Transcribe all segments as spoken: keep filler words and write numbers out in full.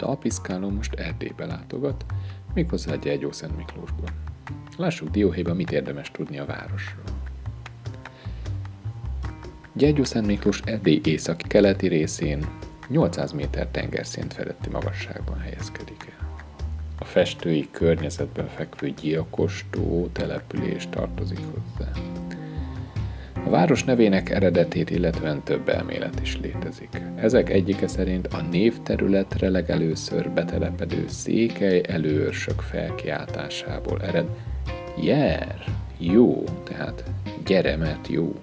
dalpiszkáló most Erdélybe látogat, méghozzá Gyergyószent Miklósból. Lássuk dióhéjban, mit érdemes tudni a városról. Gyergyószent Miklós Erdély észak-keleti részén nyolcszáz méter tengerszint feletti magasságban helyezkedik el. A festői környezetben fekvő Gyilkos tó település tartozik hozzá. A város nevének eredetét illetően több elmélet is létezik. Ezek egyike szerint a névterületre legelőször betelepedő székely előőrsök felkiáltásából ered. Jer, jó, tehát gyere, mert jó.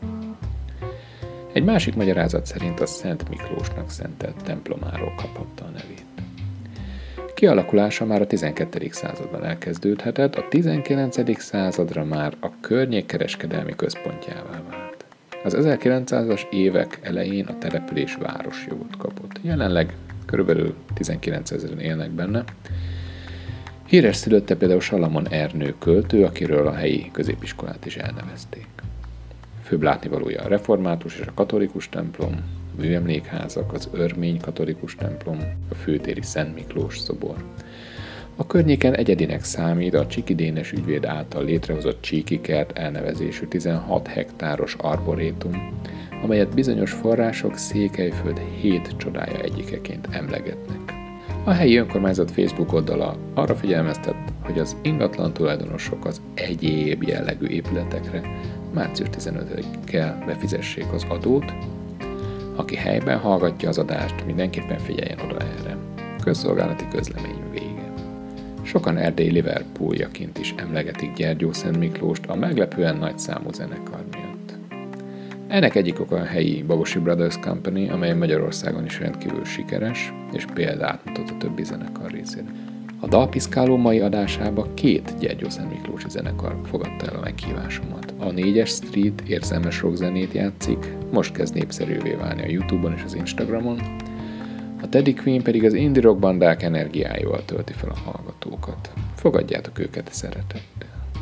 Egy másik magyarázat szerint a Szent Miklósnak szentelt templomáról kaphatta a nevét. Kialakulása már a tizenkettedik században elkezdődhetett, a tizenkilencedik századra már a környék kereskedelmi központjává vált. Az ezerkilencszázas évek elején a település városjogot kapott. Jelenleg körülbelül tizenkilencezren élnek benne. Híres szülötte például Salamon Ernő költő, akiről a helyi középiskolát is elnevezték. Főbb látnivalója a református és a katolikus templom, a műemlékházak, az örmény katolikus templom, a főtéri Szent Miklós szobor. A környéken egyedinek számít a Csiki Dénes ügyvéd által létrehozott Csíki kert elnevezésű tizenhat hektáros arborétum, amelyet bizonyos források Székelyföld hét csodája egyikeként emlegetnek. A helyi önkormányzat Facebook oldala arra figyelmeztet, hogy az ingatlan tulajdonosok az egyéb jellegű épületekre március tizenötödikéig befizessék az adót. Aki helyben hallgatja az adást, mindenképpen figyeljen oda erre. Közszolgálati közlemény vége. Sokan Erdély Liverpooljaként is emlegetik Gyergyószent Miklóst a meglepően nagy számú zenekar miatt. Ennek egyik oka a helyi Bagosi Brothers Company, amely Magyarországon is rendkívül sikeres, és példát mutat a többi zenekar részére. A dalpiszkáló mai adásába két Gyergyószent Miklósi zenekar fogadta el a meghívásomat. A négyes Street érzelmes rockzenét játszik, most kezd népszerűvé válni a YouTube-on és az Instagramon, a Teddy Queen pedig az indie rock bandák energiájával tölti fel a hallgatókat. Fogadjátok őket szeretettel!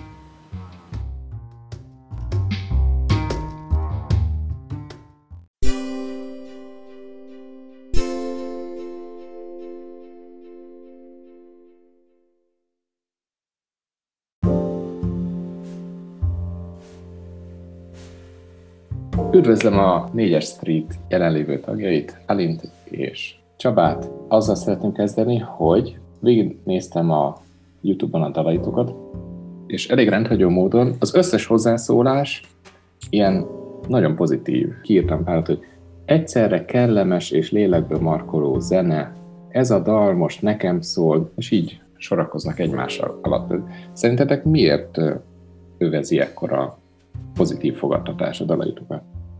Üdvözlöm a négyes Street jelenlévő tagjait, Alint és Csabát. Azzal szeretném kezdeni, hogy végignéztem a YouTube-on a dalaitokat, és elég rendhagyó módon az összes hozzászólás ilyen nagyon pozitív. Kiírtam párat, hogy egyszerre kellemes és lélekből markoló zene, ez a dal most nekem szól, és így sorakoznak egymás alatt. Szerintetek miért övezi ekkora pozitív fogadtatás a dalaitokat?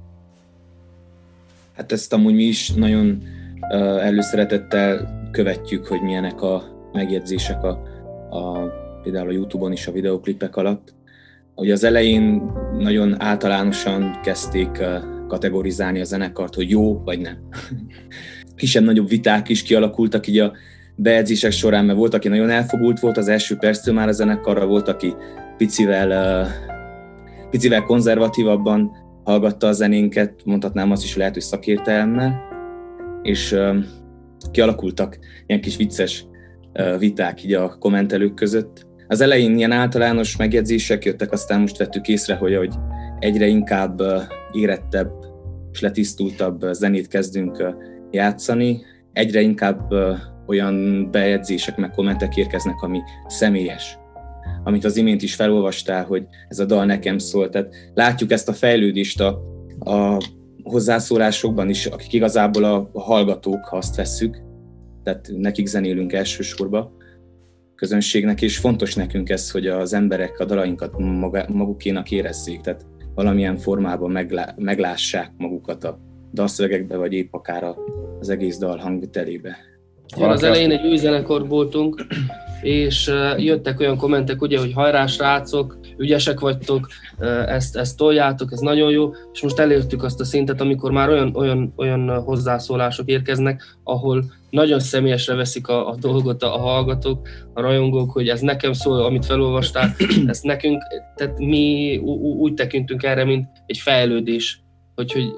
Hát ezt amúgy mi is nagyon uh, előszeretettel követjük, hogy milyenek a megjegyzések a, a, például a YouTube-on is a videóklipek alatt. Ugye az elején nagyon általánosan kezdték uh, kategorizálni a zenekart, hogy jó vagy nem. Kisebb-nagyobb viták is kialakultak így a bejegyzések során, mert volt, aki nagyon elfogult volt az első perctől már a zenekarra, volt, aki picivel, uh, picivel konzervatívabban hallgatta a zenénket, mondhatnám azt is, hogy lehet, hogy szakértelemmel, és uh, kialakultak ilyen kis vicces uh, viták így a kommentelők között. Az elején ilyen általános megjegyzések jöttek, aztán most vettük észre, hogy, hogy egyre inkább uh, érettebb és letisztultabb uh, zenét kezdünk uh, játszani, egyre inkább uh, olyan bejegyzések meg kommentek érkeznek, ami személyes, amit az imént is felolvastál, hogy ez a dal nekem szól. Tehát látjuk ezt a fejlődést a, a hozzászólásokban is, akik igazából a, a hallgatók, ha azt vesszük, tehát nekik zenélünk elsősorban közönségnek, és fontos nekünk ez, hogy az emberek a dalainkat maga, magukénak érezzék, tehát valamilyen formában meglá, meglássák magukat a dalszövegekbe, vagy épp akár az egész dal hangvitelébe. Igen, az elején egy új zenekar voltunk, és uh, jöttek olyan kommentek, ugye, hogy hajrá srácok, ügyesek vagytok, uh, ezt, ezt toljátok, ez nagyon jó, és most elértük azt a szintet, amikor már olyan, olyan, olyan hozzászólások érkeznek, ahol nagyon személyesre veszik a, a dolgot a, a hallgatók, a rajongók, hogy ez nekem szól, amit felolvastál, ez nekünk, tehát mi ú- úgy tekintünk erre, mint egy fejlődés, hogy, hogy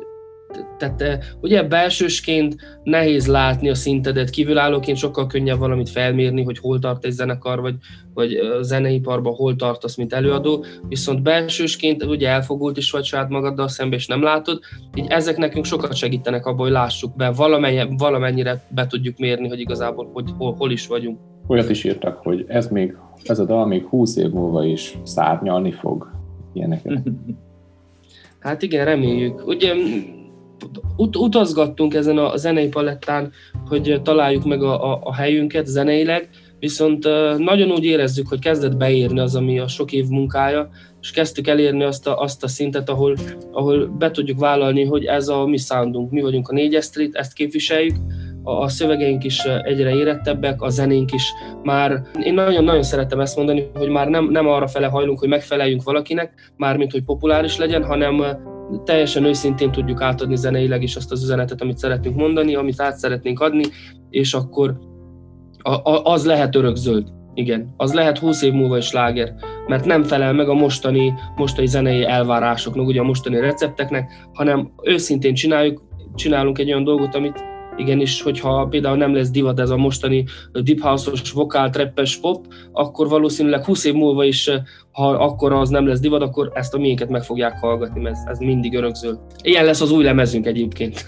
Tehát ugye belsősként nehéz látni a szintedet, kívülállóként sokkal könnyebb valamit felmérni, hogy hol tart egy zenekar, vagy, vagy a zeneiparban hol tartasz, mint előadó, viszont belsősként ugye elfogult is vagy saját magaddal szemben, és nem látod, így ezek nekünk sokat segítenek abban, hogy lássuk be, valamennyire be tudjuk mérni, hogy igazából hogy, hol, hol is vagyunk. Olyat is írtak, hogy ez, még, ez a dal még húsz év múlva is szárnyalni fog, ilyeneket. Hát igen, reméljük. Ugye ut- utazgattunk ezen a zenei palettán, hogy találjuk meg a, a, a helyünket zeneileg, viszont nagyon úgy érezzük, hogy kezdett beérni az, ami a sok év munkája, és kezdtük elérni azt a, azt a szintet, ahol, ahol be tudjuk vállalni, hogy ez a mi soundunk, mi vagyunk a négyes Street, ezt képviseljük, a szövegeink is egyre érettebbek, a zenénk is már, én nagyon-nagyon szeretem ezt mondani, hogy már nem, nem arra fele hajlunk, hogy megfeleljünk valakinek, mármint hogy populáris legyen, hanem teljesen őszintén tudjuk átadni zeneileg is azt az üzenetet, amit szeretnénk mondani, amit át szeretnénk adni, és akkor az lehet örökzöld. Igen, az lehet húsz év múlva is sláger, mert nem felel meg a mostani, mostani zenei elvárásoknak, ugye a mostani recepteknek, hanem őszintén csináljuk, csinálunk egy olyan dolgot, amit igenis, hogyha például nem lesz divat ez a mostani deep house-os, vokál, trappes pop, akkor valószínűleg húsz év múlva is, ha akkor az nem lesz divat, akkor ezt a miénket meg fogják hallgatni, mert ez, ez mindig örökzöld. Ilyen lesz az új lemezünk egyébként.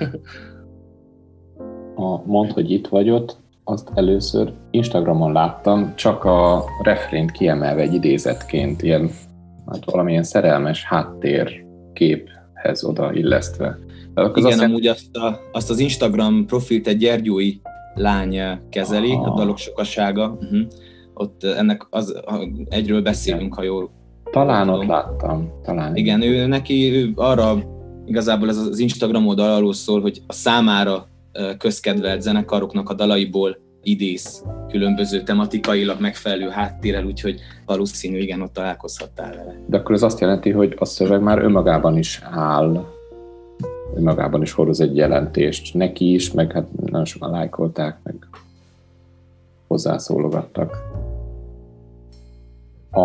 A Mondd, hogy itt vagy ott, azt először Instagramon láttam, csak a refrént kiemelve egy idézetként, ilyen, hát valamilyen szerelmes háttérképhez odaillesztve. Igen, azt amúgy azt, a, azt az Instagram profilt egy gyergyói lány kezeli, ah. a dalok sokasága. Uh-huh. Ott ennek az, egyről beszélünk, ha jól Talán ott láttam. Talán. Igen, ő neki ő arra, igazából ez az Instagram oldal arról szól, hogy a számára közkedvelt zenekaroknak a dalaiból idéz különböző tematikailag megfelelő háttérrel, úgyhogy valószínű, igen, ott találkozhattál vele. De akkor ez azt jelenti, hogy a szöveg már önmagában is áll, önmagában is hordoz egy jelentést. Neki is, meg hát nagyon sokan lájkolták, meg hozzászólogattak. A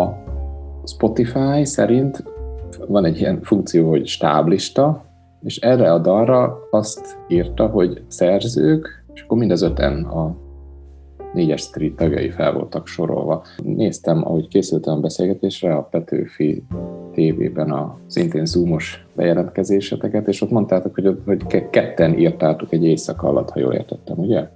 Spotify szerint van egy ilyen funkció, hogy stáblista, és erre a dalra azt írta, hogy szerzők, és akkor mind az öten a négyes Street tagjai fel voltak sorolva. Néztem, ahogy készültem a beszélgetésre, a Petőfi té vében a szintén zoomos bejelentkezéseteket, és ott mondtátok, hogy, hogy ketten írtátok egy éjszaka alatt, ha jól értettem, ugye?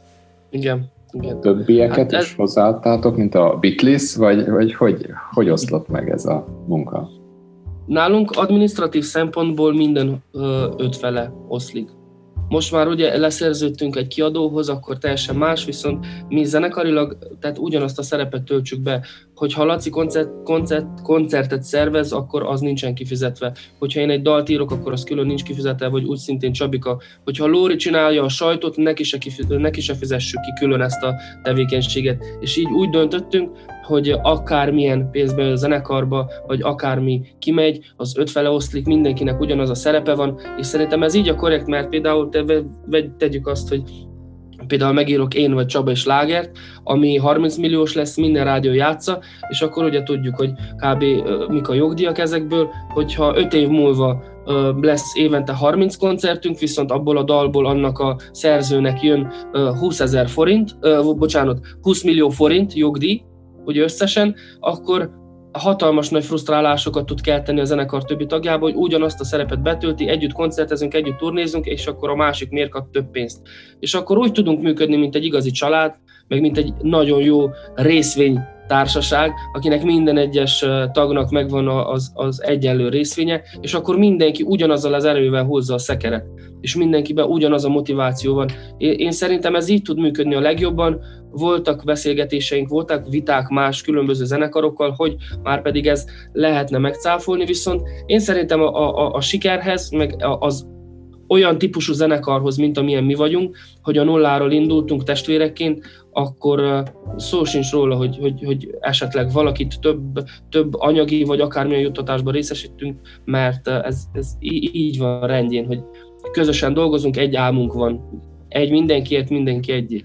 Igen. Igen. Többieket hát ez... is hozzáadtátok, mint a Beatles, vagy, vagy hogy, hogy oszlott meg ez a munka? Nálunk adminisztratív szempontból minden ö, ötfele oszlik. Most már ugye leszerződtünk egy kiadóhoz, akkor teljesen más, viszont mi zenekarilag, tehát ugyanazt a szerepet töltsük be, hogyha Laci koncert, koncert, koncertet szervez, akkor az nincsen kifizetve. Hogyha én egy dalt írok, akkor az külön nincs kifizetve, vagy úgy szintén Csabika. Hogyha Lóri csinálja a sajtot, neki se, kifizet, neki se fizessük ki külön ezt a tevékenységet. És így úgy döntöttünk, hogy akármilyen pénzbe a zenekarba, vagy akármi kimegy, az ötfele oszlik, mindenkinek ugyanaz a szerepe van, és szerintem ez így a korrekt, mert például te, tegyük azt, hogy például megírok én vagy Csaba egy slágert, ami harminc milliós lesz, minden rádió játsza, és akkor ugye tudjuk, hogy kb. Mik a jogdíjak ezekből, hogyha öt év múlva lesz évente harminc koncertünk, viszont abból a dalból annak a szerzőnek jön húszezer forint, bocsánat, húsz millió forint jogdíj, ugye összesen, akkor hatalmas nagy frusztrálásokat tud kelteni a zenekar többi tagjába, hogy ugyanazt a szerepet betölti, együtt koncertezünk, együtt turnézunk, és akkor a másik miért kap több pénzt. És akkor úgy tudunk működni, mint egy igazi család, meg mint egy nagyon jó részvénytársaság, akinek minden egyes tagnak megvan az, az egyenlő részvénye, és akkor mindenki ugyanazzal az erővel hozza a szekeret, és mindenkiben ugyanaz a motiváció van. Én szerintem ez így tud működni a legjobban. Voltak beszélgetéseink, voltak viták más különböző zenekarokkal, hogy már pedig ez lehetne megcáfolni, viszont én szerintem a, a, a sikerhez, meg az olyan típusú zenekarhoz, mint amilyen mi vagyunk, hogy a nulláról indultunk testvérekként, akkor szó sincs róla, hogy, hogy, hogy esetleg valakit több, több anyagi vagy akármilyen juttatásban részesítünk, mert ez, ez így van rendjén, hogy közösen dolgozunk, egy álmunk van. Egy mindenkiért, mindenki egyért.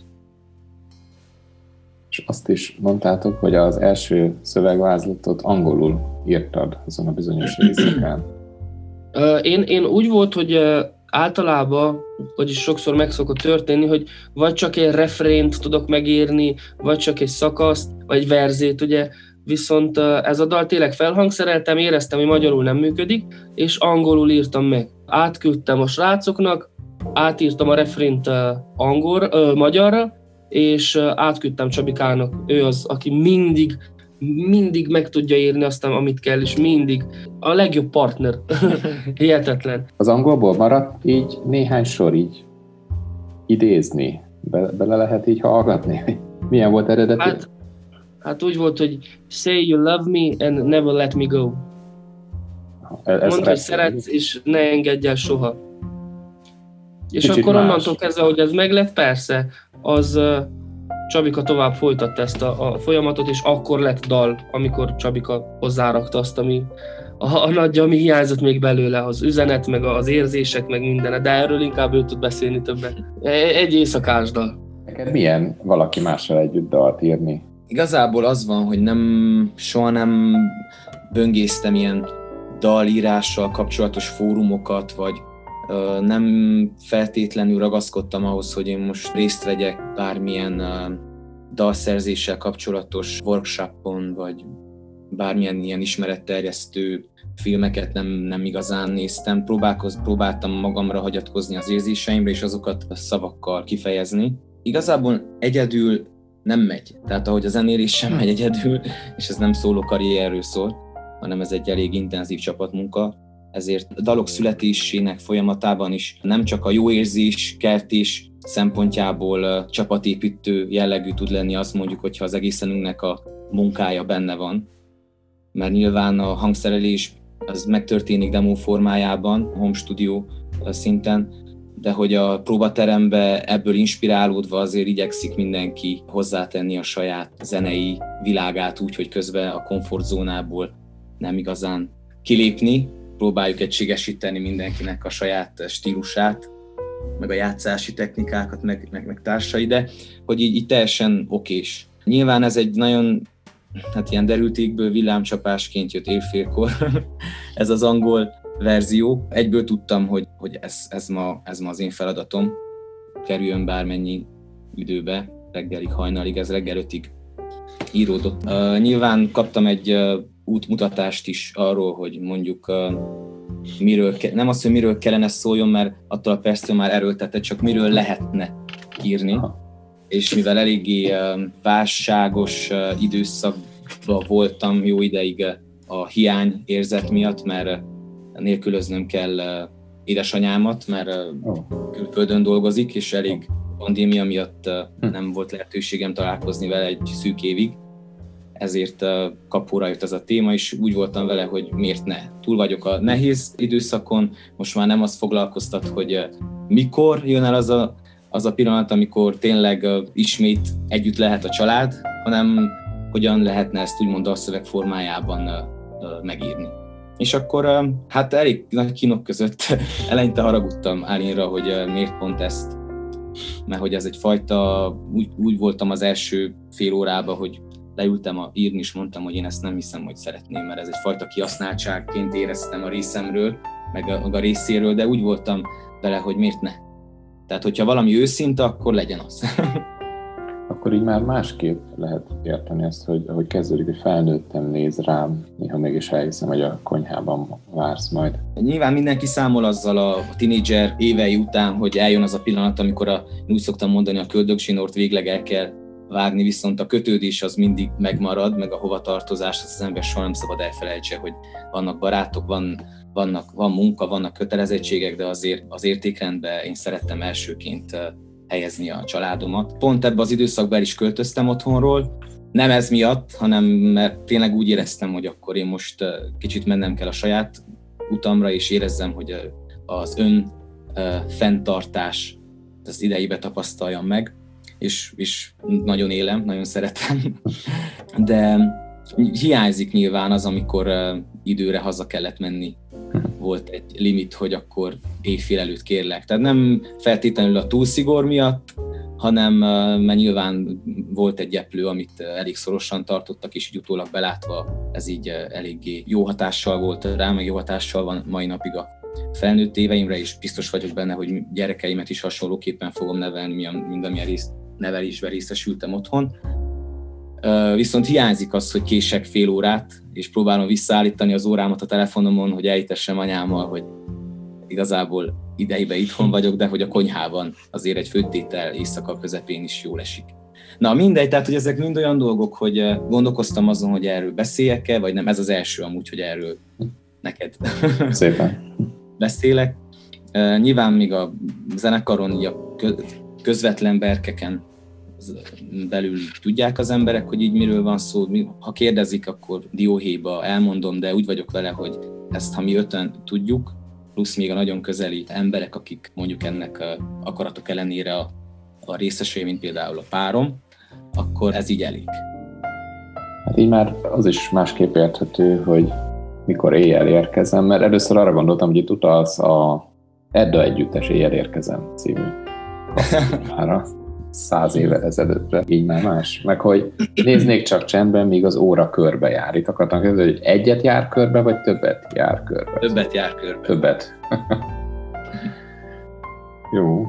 És azt is mondtátok, hogy az első szövegvázlatot angolul írtad azon a bizonyos részeken. Én, én úgy volt, hogy általában, vagyis sokszor meg szokott történni, hogy vagy csak egy refrént tudok megírni, vagy csak egy szakaszt, vagy egy verzét, ugye, viszont ez a dal tényleg felhangszereltem, éreztem, hogy magyarul nem működik, és angolul írtam meg. Átküldtem a srácoknak, átírtam a refrént angol, ö, magyarra, és átküldtem Csabikának. Ő az, aki mindig, mindig meg tudja írni azt, amit kell, és mindig a legjobb partner. Hihetetlen. Az angolból maradt így néhány sor így idézni? Be, bele lehet így hallgatni? Milyen volt eredeti? Hát, hát úgy volt, hogy say you love me and never let me go. Ez Mondd, hogy szeretsz, és ne engedj el soha. És Kicsit akkor más. onnantól kezdve, hogy ez meglett, persze, az uh, Csabika tovább folytatta ezt a, a folyamatot, és akkor lett dal, amikor Csabika hozzárakta azt, ami a, a nagy, ami hiányzott még belőle, az üzenet, meg az érzések, meg minden, de erről inkább ő tud beszélni többet. Egy éjszakás dal. Neked milyen valaki mással együtt dalt írni? Igazából az van, hogy nem, soha nem böngésztem ilyen dalírással kapcsolatos fórumokat, vagy ö, nem feltétlenül ragaszkodtam ahhoz, hogy én most részt vegyek bármilyen ö, dalszerzéssel kapcsolatos workshopon, vagy bármilyen ilyen ismeretterjesztő filmeket nem, nem igazán néztem. Próbálkoz, próbáltam magamra hagyatkozni az érzéseimre, és azokat a szavakkal kifejezni. Igazából egyedül nem megy. Tehát ahogy a zenélés sem megy egyedül, és ez nem szóló karrierről szól, hanem ez egy elég intenzív csapatmunka. Ezért a dalok születésének folyamatában is nem csak a jó érzés, keltés szempontjából csapatépítő jellegű tud lenni az, mondjuk, hogyha az egészenünknek a munkája benne van. Mert nyilván a hangszerelés az megtörténik demo formájában, home studio szinten, de hogy a próbaterembe ebből inspirálódva azért igyekszik mindenki hozzátenni a saját zenei világát úgy, hogy közben a komfortzónából nem igazán kilépni. Próbáljuk egységesíteni mindenkinek a saját stílusát, meg a játszási technikákat, meg, meg, meg társai, de hogy így, így teljesen okés. Nyilván ez egy nagyon, hát ilyen derültékből villámcsapásként jött évfélkor, ez az angol verzió. Egyből tudtam, hogy, hogy ez, ez, ma, ez ma az én feladatom, kerüljön bármennyi időbe, reggelig, hajnalig, ez reggel ötig íródott. Uh, nyilván kaptam egy uh, útmutatást is arról, hogy mondjuk uh, miről, ke- nem az, hogy miről kellene szóljon, mert attól a perctől már erőltetett, csak miről lehetne írni. És mivel eléggé uh, válságos uh, időszakban voltam jó ideig uh, a hiány érzet miatt, mert uh, nélkülöznöm kell uh, édesanyámat, mert uh, külföldön dolgozik, és elég pandémia miatt uh, nem volt lehetőségem találkozni vele egy szűk évig. Ezért uh, kapóra jött ez a téma, és úgy voltam vele, hogy miért ne. Túl vagyok a nehéz időszakon, most már nem azt foglalkoztat, hogy uh, mikor jön el az a, az a pillanat, amikor tényleg uh, ismét együtt lehet a család, hanem hogyan lehetne ezt úgymond dalszöveg formájában uh, uh, megírni. És akkor uh, hát elég nagy kínok között eleinte haragudtam Álinra, hogy uh, miért pont ezt, mert hogy ez egyfajta, úgy, úgy voltam az első fél órában, hogy leültem a írni, és mondtam, hogy én ezt nem hiszem, hogy szeretném, mert ez egyfajta kihasználtságként éreztem a részemről, meg a, meg a részéről, de úgy voltam vele, hogy miért ne. Tehát, hogyha valami őszinte, akkor legyen az. Akkor így már másképp lehet érteni ezt, hogy ahogy kezdődik, hogy felnőttem, néz rám, néha mégis elhiszem, hogy a konyhában vársz majd. Nyilván mindenki számol azzal a tinédzser évei után, hogy eljön az a pillanat, amikor a, úgy szoktam mondani, a köldögzsinort végleg el kell vágni, viszont a kötődés az mindig megmarad, meg a hovatartozás, az, az ember soha nem szabad elfelejtse, hogy vannak barátok, van, vannak, van munka, vannak kötelezettségek, de azért az értékrendben én szerettem elsőként helyezni a családomat. Pont ebben az időszakban is költöztem otthonról, nem ez miatt, hanem mert tényleg úgy éreztem, hogy akkor én most kicsit mennem kell a saját utamra, és érezzem, hogy az ön fenntartás az idejébe tapasztaljam meg, és, és nagyon élem, nagyon szeretem, de hiányzik nyilván az, amikor időre haza kellett menni. Volt egy limit, hogy akkor éjfél előtt kérlek. Tehát nem feltétlenül a túlszigor miatt, hanem mert nyilván volt egy gyeplő, amit elég szorosan tartottak, és így utólag belátva ez így eléggé jó hatással volt rá, meg jó hatással van mai napig a felnőtt éveimre, és biztos vagyok benne, hogy gyerekeimet is hasonlóképpen fogom nevelni, mint amilyen részt, nevelésben részesültem otthon. Viszont hiányzik az, hogy kések fél órát, és próbálom visszaállítani az órámat a telefonomon, hogy elhitessem anyámmal, hogy igazából idejében itthon vagyok, de hogy a konyhában azért egy főtétel éjszaka közepén is jól esik. Na mindegy, tehát hogy ezek mind olyan dolgok, hogy gondolkoztam azon, hogy erről beszéljek-e, vagy nem, ez az első amúgy, hogy erről neked szépen beszélek. Nyilván még a zenekaron, így a közvetlen berkeken belül tudják az emberek, hogy így miről van szó. Ha kérdezik, akkor dióhéjba elmondom, de úgy vagyok vele, hogy ezt ha mi öten tudjuk, plusz még a nagyon közeli emberek, akik mondjuk ennek a akaratok ellenére a, a részesei, mint például a párom, akkor ez így elég. Hát így már az is másképp érthető, hogy mikor éjjel érkezem, mert először arra gondoltam, hogy itt utalsz a Edda együttes Éjjel érkezem című klasszikára, száz évvel ezelőttre, így már más. Meg hogy néznék csak csendben, míg az óra körbe jár. Itt akartam kérdezni, hogy egyet jár körbe, vagy többet jár körbe? Többet jár körbe. Többet. Jó.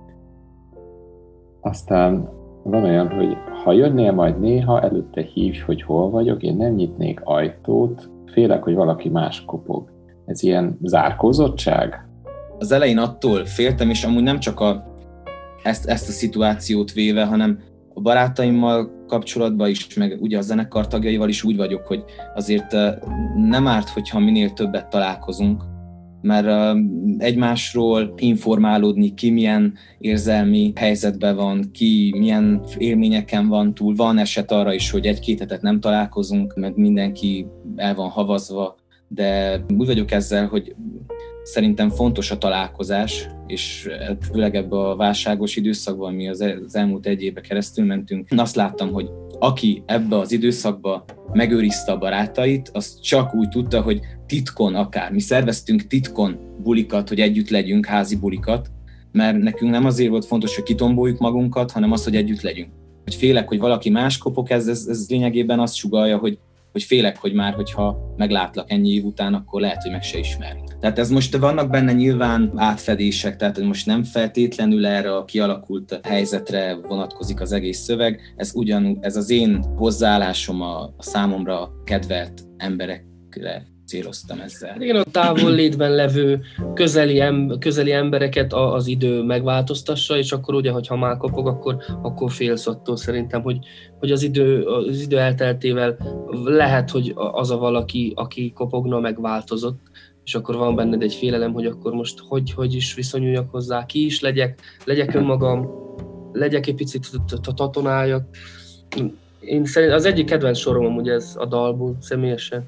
Aztán van olyan, hogy ha jönnél majd néha, előtte hívj, hogy hol vagyok, én nem nyitnék ajtót, félek, hogy valaki más kopog. Ez ilyen zárkózottság? Az elején attól féltem, és amúgy nem csak a, ezt, ezt a szituációt véve, hanem a barátaimmal kapcsolatban is, meg ugye a zenekar tagjaival is úgy vagyok, hogy azért nem árt, hogyha minél többet találkozunk, mert egymásról informálódni, ki milyen érzelmi helyzetben van, ki milyen élményeken van túl. Van eset arra is, hogy egy-két hetet nem találkozunk, mert mindenki el van havazva, de úgy vagyok ezzel, hogy szerintem fontos a találkozás, és főleg ebben a válságos időszakban, mi az elmúlt egy évben keresztül mentünk, azt láttam, hogy aki ebbe az időszakba megőrizte a barátait, az csak úgy tudta, hogy titkon akár. Mi szerveztünk titkon bulikat, hogy együtt legyünk, házi bulikat, mert nekünk nem azért volt fontos, hogy kitomboljuk magunkat, hanem az, hogy együtt legyünk. Hogy félek, hogy valaki más kopok, ez, ez, ez lényegében azt sugallja, hogy, hogy félek, hogy már, hogyha meglátlak ennyi év után, akkor lehet, hogy meg se ismerni. Tehát ez most vannak benne nyilván átfedések, tehát most nem feltétlenül erre a kialakult helyzetre vonatkozik az egész szöveg, ez ugyanúgy, ez az én hozzáállásom a, a számomra kedvelt emberekre céloztam ezzel. Igen, a távol létben levő közeli, em, közeli embereket az idő megváltoztassa, és akkor ugye, hogyha már kopog, akkor, akkor félsz attól szerintem, hogy, hogy az, idő, az idő elteltével lehet, hogy az a valaki, aki kopogna, megváltozott, és akkor van benned egy félelem, hogy akkor most hogy, hogy is viszonyuljak hozzá, ki is legyek, legyek önmagam, legyek egy picit tatonáljak. Én szerint az egyik kedvenc sorom amúgy ez a dalból, személyesen.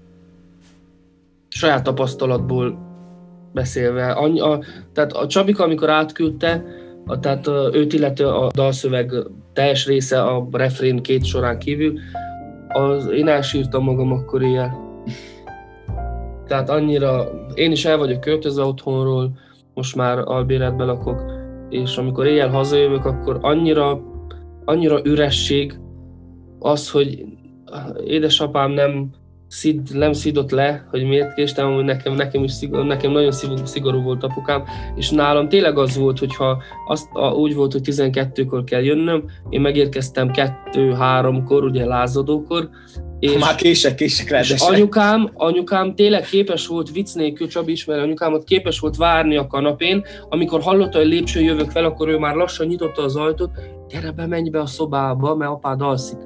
Saját tapasztalatból beszélve. A, a, tehát a Csabika, amikor átküldte, a, tehát a, őt illető a dalszöveg teljes része a refrén két során kívül, az, én elsírtam magam akkor éjjel. Tehát annyira, én is el vagyok költözve otthonról, most már albéletben lakok, és amikor éjjel hazajövök, akkor annyira, annyira üresség az, hogy édesapám nem, szid, nem szidott le, hogy miért késtem, hogy nekem, nekem, is szigorú, nekem nagyon szigorú volt apukám, és nálam tényleg az volt, hogyha azt, a, úgy volt, hogy tizenkettőkor kell jönnöm, én megérkeztem kettő-háromkor, ugye lázadókor, és, már kések, kések rá, és anyukám, anyukám tényleg képes volt, vicc nélkül, Csabi ismeri anyukámat, képes volt várni a kanapén, amikor hallotta, hogy lépcsőn jövök fel, akkor ő már lassan nyitotta az ajtót, gyere be, menj be a szobába, mert apád alszik.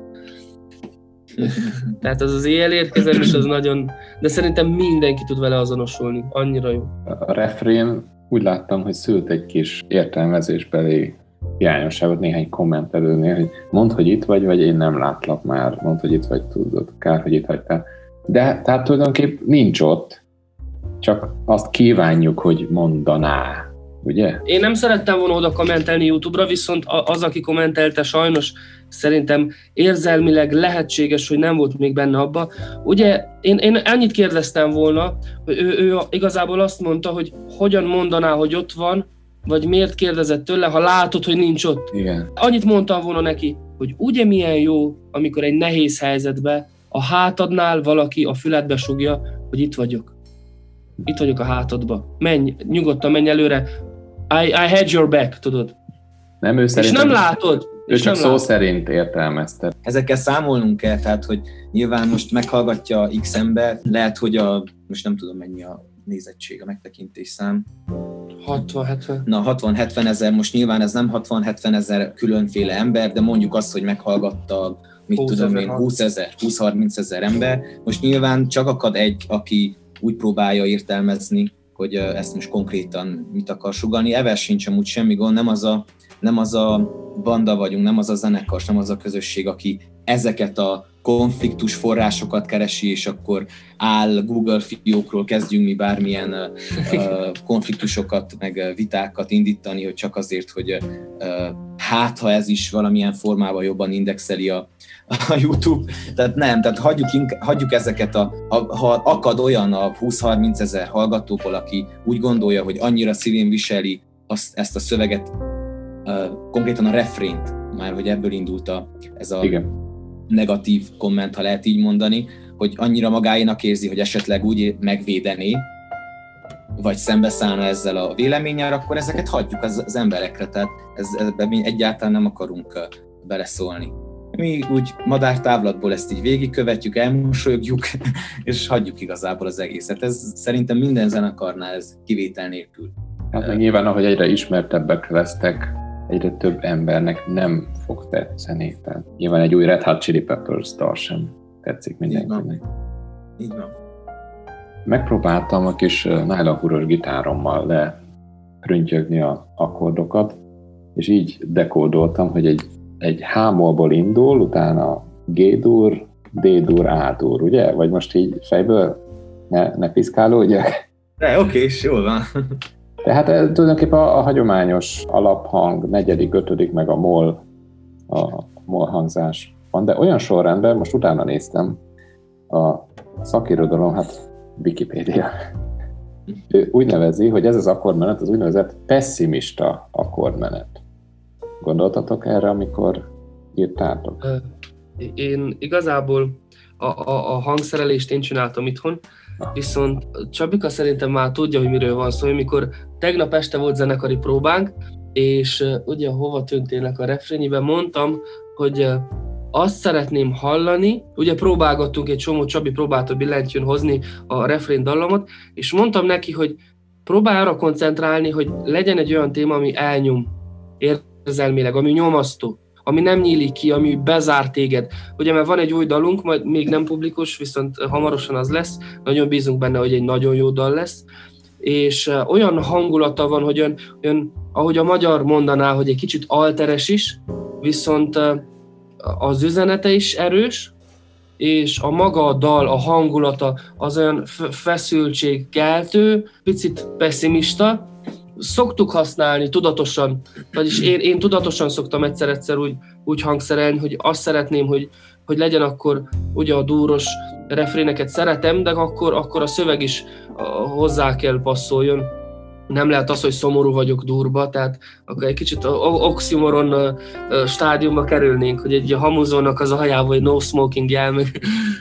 Tehát az az éjjel érkezem, és az nagyon... De szerintem mindenki tud vele azonosulni, annyira jó. A refrén úgy láttam, hogy szült egy kis értelmezésbeli hiányosságot néhány kommentelőnél, hogy mondd, hogy itt vagy, vagy én nem látlak már, mondd, hogy itt vagy, tudod, kár, hogy itt hagytál. De tehát tulajdonképp nincs ott, csak azt kívánjuk, hogy mondaná, ugye? Én nem szerettem volna oda kommentelni YouTube-ra, viszont az, aki kommentelte, sajnos szerintem érzelmileg lehetséges, hogy nem volt még benne abba. Ugye én, én annyit kérdeztem volna, hogy ő, ő igazából azt mondta, hogy hogyan mondaná, hogy ott van, vagy miért kérdezett tőle, ha látod, hogy nincs ott. Igen. Annyit mondtam volna neki, hogy ugye milyen jó, amikor egy nehéz helyzetben a hátadnál valaki a füledbe sugja, hogy itt vagyok. itt vagyok a hátadba, menj, nyugodtan menj előre, I, I had your back, tudod. Nem, ő és nem látod. Ő és csak nem szó látod. szerint értelmezte. Ezekkel számolnunk kell, tehát hogy nyilván most meghallgatja X ember, lehet, hogy a, most nem tudom mennyi a nézettség, a megtekintés szám. hatvan-hetven. Na, hatvan-hetven ezer, most nyilván ez nem hatvan-hetven ezer különféle ember, de mondjuk azt, hogy meghallgatta, mit tudom én, húsz ezer, húsz-harminc ezer ember. Most nyilván csak akad egy, aki úgy próbálja értelmezni, hogy ezt most konkrétan mit akar sugallni. Evel sincs amúgy semmi gond, nem az a, nem az a banda vagyunk, nem az a zenekar, nem az a közösség, aki ezeket a konfliktus forrásokat keresi, és akkor áll Google fiókról kezdjünk mi bármilyen uh, konfliktusokat, meg vitákat indítani, hogy csak azért, hogy uh, hát, ha ez is valamilyen formában jobban indexeli a, a YouTube. Tehát nem, tehát hagyjuk, inkább, hagyjuk ezeket, a, ha, ha akad olyan a húsz-harminc ezer hallgatóból, aki úgy gondolja, hogy annyira szívén viseli azt, ezt a szöveget, uh, konkrétan a refrént, már hogy ebből indult a, ez a Igen. negatív komment, ha lehet így mondani, hogy annyira magáénak érzi, hogy esetleg úgy megvédené, vagy szembeszállna ezzel a véleménnyel, akkor ezeket hagyjuk az, az emberekre, tehát ez, ebben mi egyáltalán nem akarunk beleszólni. Mi úgy madártávlatból ezt így végigkövetjük, elmosolyogjuk, és hagyjuk igazából az egészet. Ez szerintem minden zenekarnál ez kivétel nélkül. Hát meg nyilván, ahogy egyre ismertebbek lesztek, egyre több embernek nem fog tetszeni. Tehát nyilván egy új Red Hot Chili Peppers dal sem tetszik mindenkinek. Így van. Megpróbáltam a kis nylonhúros gitárommal leprüntjögni az akkordokat, és így dekódoltam, hogy egy, egy H-molból indul, utána G-dur, D-dur, A-dur, ugye? Vagy most így fejből ne, ne piszkálódjak? De oké, és jól van. Tehát tulajdonképpen a, a hagyományos alaphang, negyedik, ötödik, meg a mol, a mol hangzás van, de olyan sorrendben, most utána néztem, a szakirodalom, hát Wikipédia, ő úgy nevezi, hogy ez az akkordmenet az úgynevezett pessimista akkordmenet. Gondoltatok erre, amikor írtátok? Én igazából a, a, a hangszerelést én csináltam itthon, viszont Csabika szerintem már tudja, hogy miről van szó, amikor tegnap este volt zenekari próbánk, és uh, ugye hova tűntélek a refrényiben, mondtam, hogy uh, azt szeretném hallani, ugye próbálgattunk egy csomó, Csabi próbált a billentyűn hozni a refrén dallamot, és mondtam neki, hogy próbálj arra koncentrálni, hogy legyen egy olyan téma, ami elnyom érzelmileg, ami nyomasztó, ami nem nyílik ki, ami bezár téged. Ugye, mert van egy új dalunk, majd még nem publikus, viszont hamarosan az lesz, nagyon bízunk benne, hogy egy nagyon jó dal lesz, és uh, olyan hangulata van, hogy olyan, olyan, ahogy a magyar mondaná, hogy egy kicsit alteres is, viszont uh, az üzenete is erős, és a maga a dal, a hangulata az olyan f- feszültségkeltő, picit pessimista. Szoktuk használni tudatosan, vagyis én, én tudatosan szoktam egyszer-egyszer úgy, úgy hangszerelni, hogy azt szeretném, hogy, hogy legyen akkor ugye a dúros refréneket szeretem, de akkor, akkor a szöveg is hozzá kell passzoljon. Nem lehet az, hogy szomorú vagyok durba, tehát akkor egy kicsit oxymoron stádiumba kerülnénk, hogy egy hamuzónak az aljával, hogy no smoking jel meg.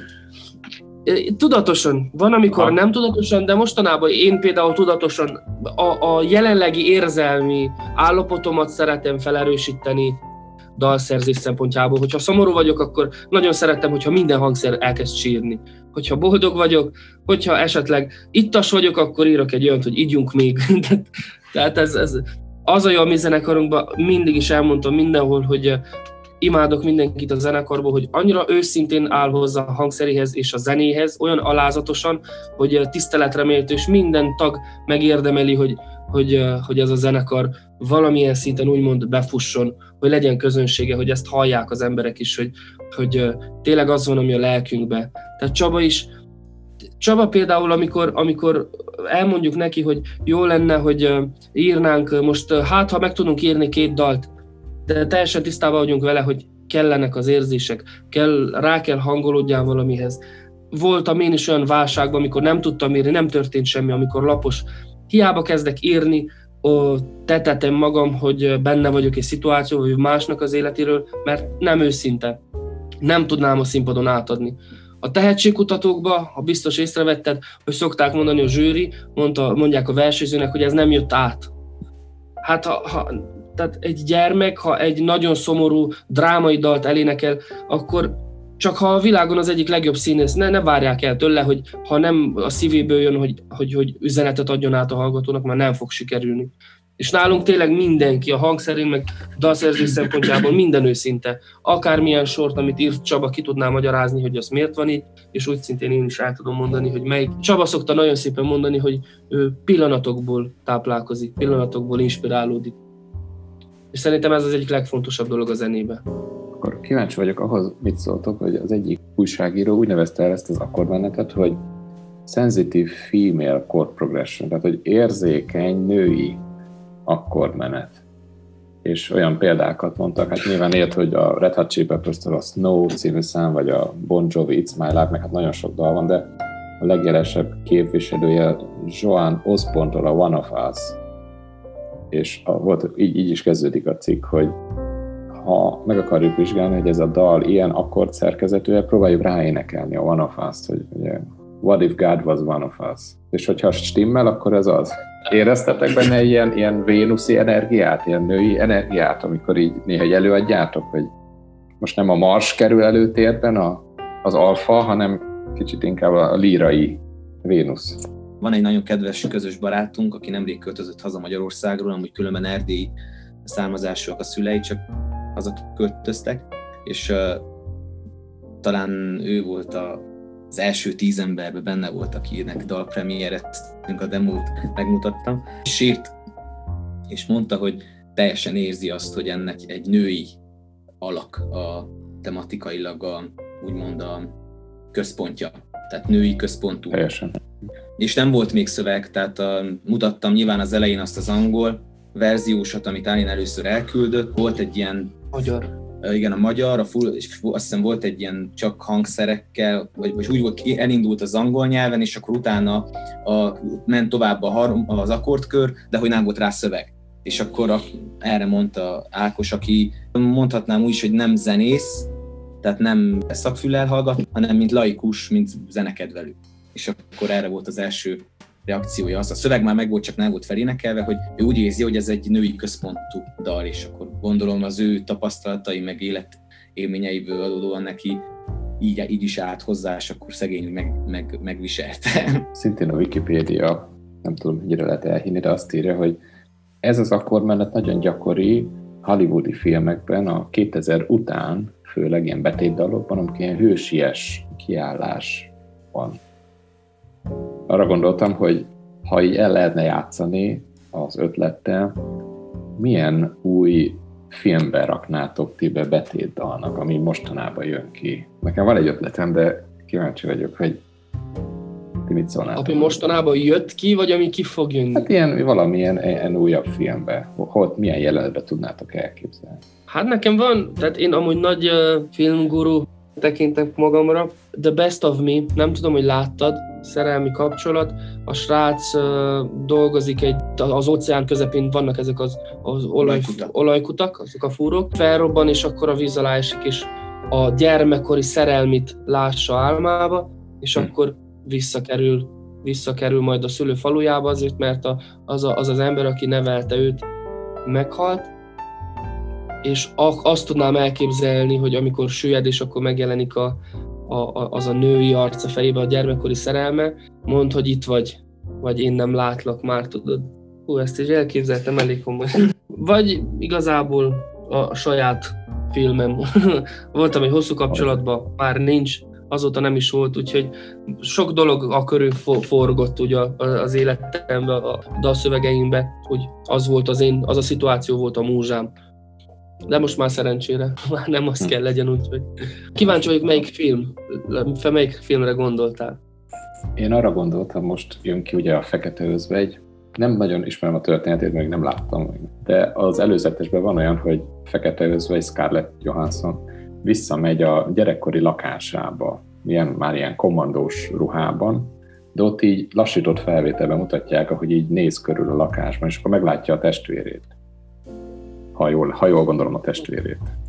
Tudatosan. Van, amikor ha. nem tudatosan, de mostanában én például tudatosan a, a jelenlegi érzelmi állapotomat szeretem felerősíteni dalszerzés szempontjából. Hogyha szomorú vagyok, akkor nagyon szeretem, hogyha minden hangszer elkezd sírni. Hogyha boldog vagyok, hogyha esetleg ittas vagyok, akkor írok egy olyat, hogy ígyunk még. Tehát ez, ez az a jó a mi zenekarunkban, mindig is elmondtam mindenhol, hogy imádok mindenkit a zenekarból, hogy annyira őszintén áll hozzá a hangszeréhez és a zenéhez, olyan alázatosan, hogy tiszteletre méltó, és minden tag megérdemeli, hogy, hogy, hogy ez a zenekar valamilyen szinten úgymond befusson, hogy legyen közönsége, hogy ezt hallják az emberek is, hogy, hogy tényleg az van, ami a lelkünkben. Tehát Csaba is, Csaba például, amikor, amikor elmondjuk neki, hogy jó lenne, hogy írnánk most, hát ha meg tudunk írni két dalt, de teljesen tisztában vagyunk vele, hogy kellenek az érzések, kell, rá kell hangolódjál valamihez. Voltam én is olyan válságban, amikor nem tudtam írni, nem történt semmi, amikor lapos. Hiába kezdek írni, ó, tetetem magam, hogy benne vagyok egy szituáció, vagy másnak az életéről, mert nem őszinte. Nem tudnám a színpadon átadni. A tehetségkutatókban, ha biztos észrevetted, hogy szokták mondani a zsűri, mondta, mondják a versenyzőnek, hogy ez nem jött át. Hát ha, ha, tehát egy gyermek, ha egy nagyon szomorú, drámai dalt elénekel, akkor csak ha a világon az egyik legjobb színész, ne, ne várják el tőle, hogy ha nem a szívéből jön, hogy, hogy, hogy üzenetet adjon át a hallgatónak, már nem fog sikerülni. És nálunk tényleg mindenki, a hangszerén, meg dalszerzés szempontjából minden őszinte. Akármilyen sort, amit írt Csaba, ki tudná magyarázni, hogy az miért van így, és úgy szintén én is el tudom mondani, hogy melyik. Csaba szokta nagyon szépen mondani, hogy ő pillanatokból táplálkozik, pillanatokból inspirálódik. És szerintem ez az egyik legfontosabb dolog a zenében. Akkor kíváncsi vagyok ahhoz, mit szóltok, hogy az egyik újságíró úgy nevezte el ezt az akkordmenetet, hogy sensitive female chord progression, tehát hogy érzékeny női akkordmenet. És olyan példákat mondtak, hát nyilván ért, hogy a Red Hot Chili Peppers-től a Snow című szám, vagy a Bon Jovi It's My Life, meg hát nagyon sok dal van, de a legjelesebb képviselője Joan Osborne-tól a One of Us. És a, volt, így, így is kezdődik a cikk, hogy ha meg akarjuk vizsgálni, hogy ez a dal ilyen akkordszerkezetűen, próbáljuk ráénekelni a One of Us-t, hogy ugye, what if God was one of us? És hogyha stimmel, akkor ez az. Éreztetek benne ilyen, ilyen vénuszi energiát, ilyen női energiát, amikor így néha előadjátok, hogy most nem a Mars kerül előtérben a, az alfa, hanem kicsit inkább a lírai Vénusz. Van egy nagyon kedves közös barátunk, aki nemrég költözött haza Magyarországról, amúgy különben erdélyi származásúak a szülei, csak haza költöztek, és uh, talán ő volt a az első tíz emberben benne volt, akinek dalpremiéret, a demót megmutattam, és sírt, és mondta, hogy teljesen érzi azt, hogy ennek egy női alak a tematikailag a, úgymond a központja, tehát női központú. Teljesen. És nem volt még szöveg, tehát a, mutattam nyilván az elején azt az angol verziósat, amit Álin először elküldött, volt egy ilyen magyar. Igen, a magyar, a full, és azt hiszem volt egy ilyen csak hangszerekkel, vagy, vagy úgy volt, elindult az angol nyelven, és akkor utána a, ment tovább a har, az akkordkör, de hogy nem volt rá szöveg. És akkor a, erre mondta Ákos, aki mondhatnám úgy is, hogy nem zenész, tehát nem szakfüllel hallgat, hanem mint laikus, mint zenekedvelő. És akkor erre volt az első reakciója. Az a szöveg már megvolt, csak nem volt felénekelve, hogy ő úgy érzi, hogy ez egy női központú dal, és akkor gondolom az ő tapasztalatai, meg életélményeiből adódóan neki így, így is állt hozzá, és akkor szegény meg, meg, megviselte. Szintén a Wikipédia, nem tudom, mennyire lehet elhinni, de azt írja, hogy ez az akkordmenet nagyon gyakori hollywoodi filmekben a kétezer után, főleg ilyen betétdalokban, amikor ilyen hősies kiállás van. Arra gondoltam, hogy ha így el lehetne játszani az ötlettel, milyen új filmbe raknátok ti be betétdalnak, ami mostanában jön ki? Nekem van egy ötletem, de kíváncsi vagyok, hogy ti mit szólnátok. Ami mostanában jött ki, vagy ami ki fog jönni? Hát ilyen valamilyen ilyen újabb filmbe. Hogy milyen jelenetben tudnátok elképzelni? Hát nekem van, tehát én amúgy nagy uh, filmguru tekintek magamra. The Best of Me, nem tudom, hogy láttad, szerelmi kapcsolat. A srác uh, dolgozik egy, az óceán közepén vannak ezek az, az olaj, olajkutak. olajkutak, azok a fúrók. Felrobban, és akkor a víz alá esik, és a gyermekkori szerelmit lássa álmába, és hmm. akkor visszakerül, visszakerül majd a szülő falujába azért, mert a, az, a, az az ember, aki nevelte őt, meghalt. És azt tudnám elképzelni, hogy amikor süllyed, és akkor megjelenik a, a, az a női arca fejébe, a gyermekkori szerelme, mondd, hogy itt vagy, vagy én nem látlak már, tudod. Hú, ezt is elképzeltem elég komoly. Vagy igazából a saját filmem. Voltam egy hosszú kapcsolatban, már nincs, azóta nem is volt, úgyhogy sok dolog a körül forgott ugye az életemben, a dalszövegeimben, hogy az volt az én, az a szituáció volt a múzsám. De most már szerencsére, már nem az kell legyen, úgyhogy. Kíváncsi vagyok, melyik film, melyik filmre gondoltál? Én arra gondoltam, most jön ki ugye a Fekete Özvegy. Nem nagyon ismerem a történetét, még nem láttam, de az előzetesben van olyan, hogy Fekete Özvegy, Scarlett Johansson visszamegy a gyerekkori lakásába, ilyen, már ilyen kommandós ruhában, de ott így lassított felvételben mutatják, ahogy így néz körül a lakásban, és akkor meglátja a testvérét. Ha jól, ha jól gondolom a testvérét.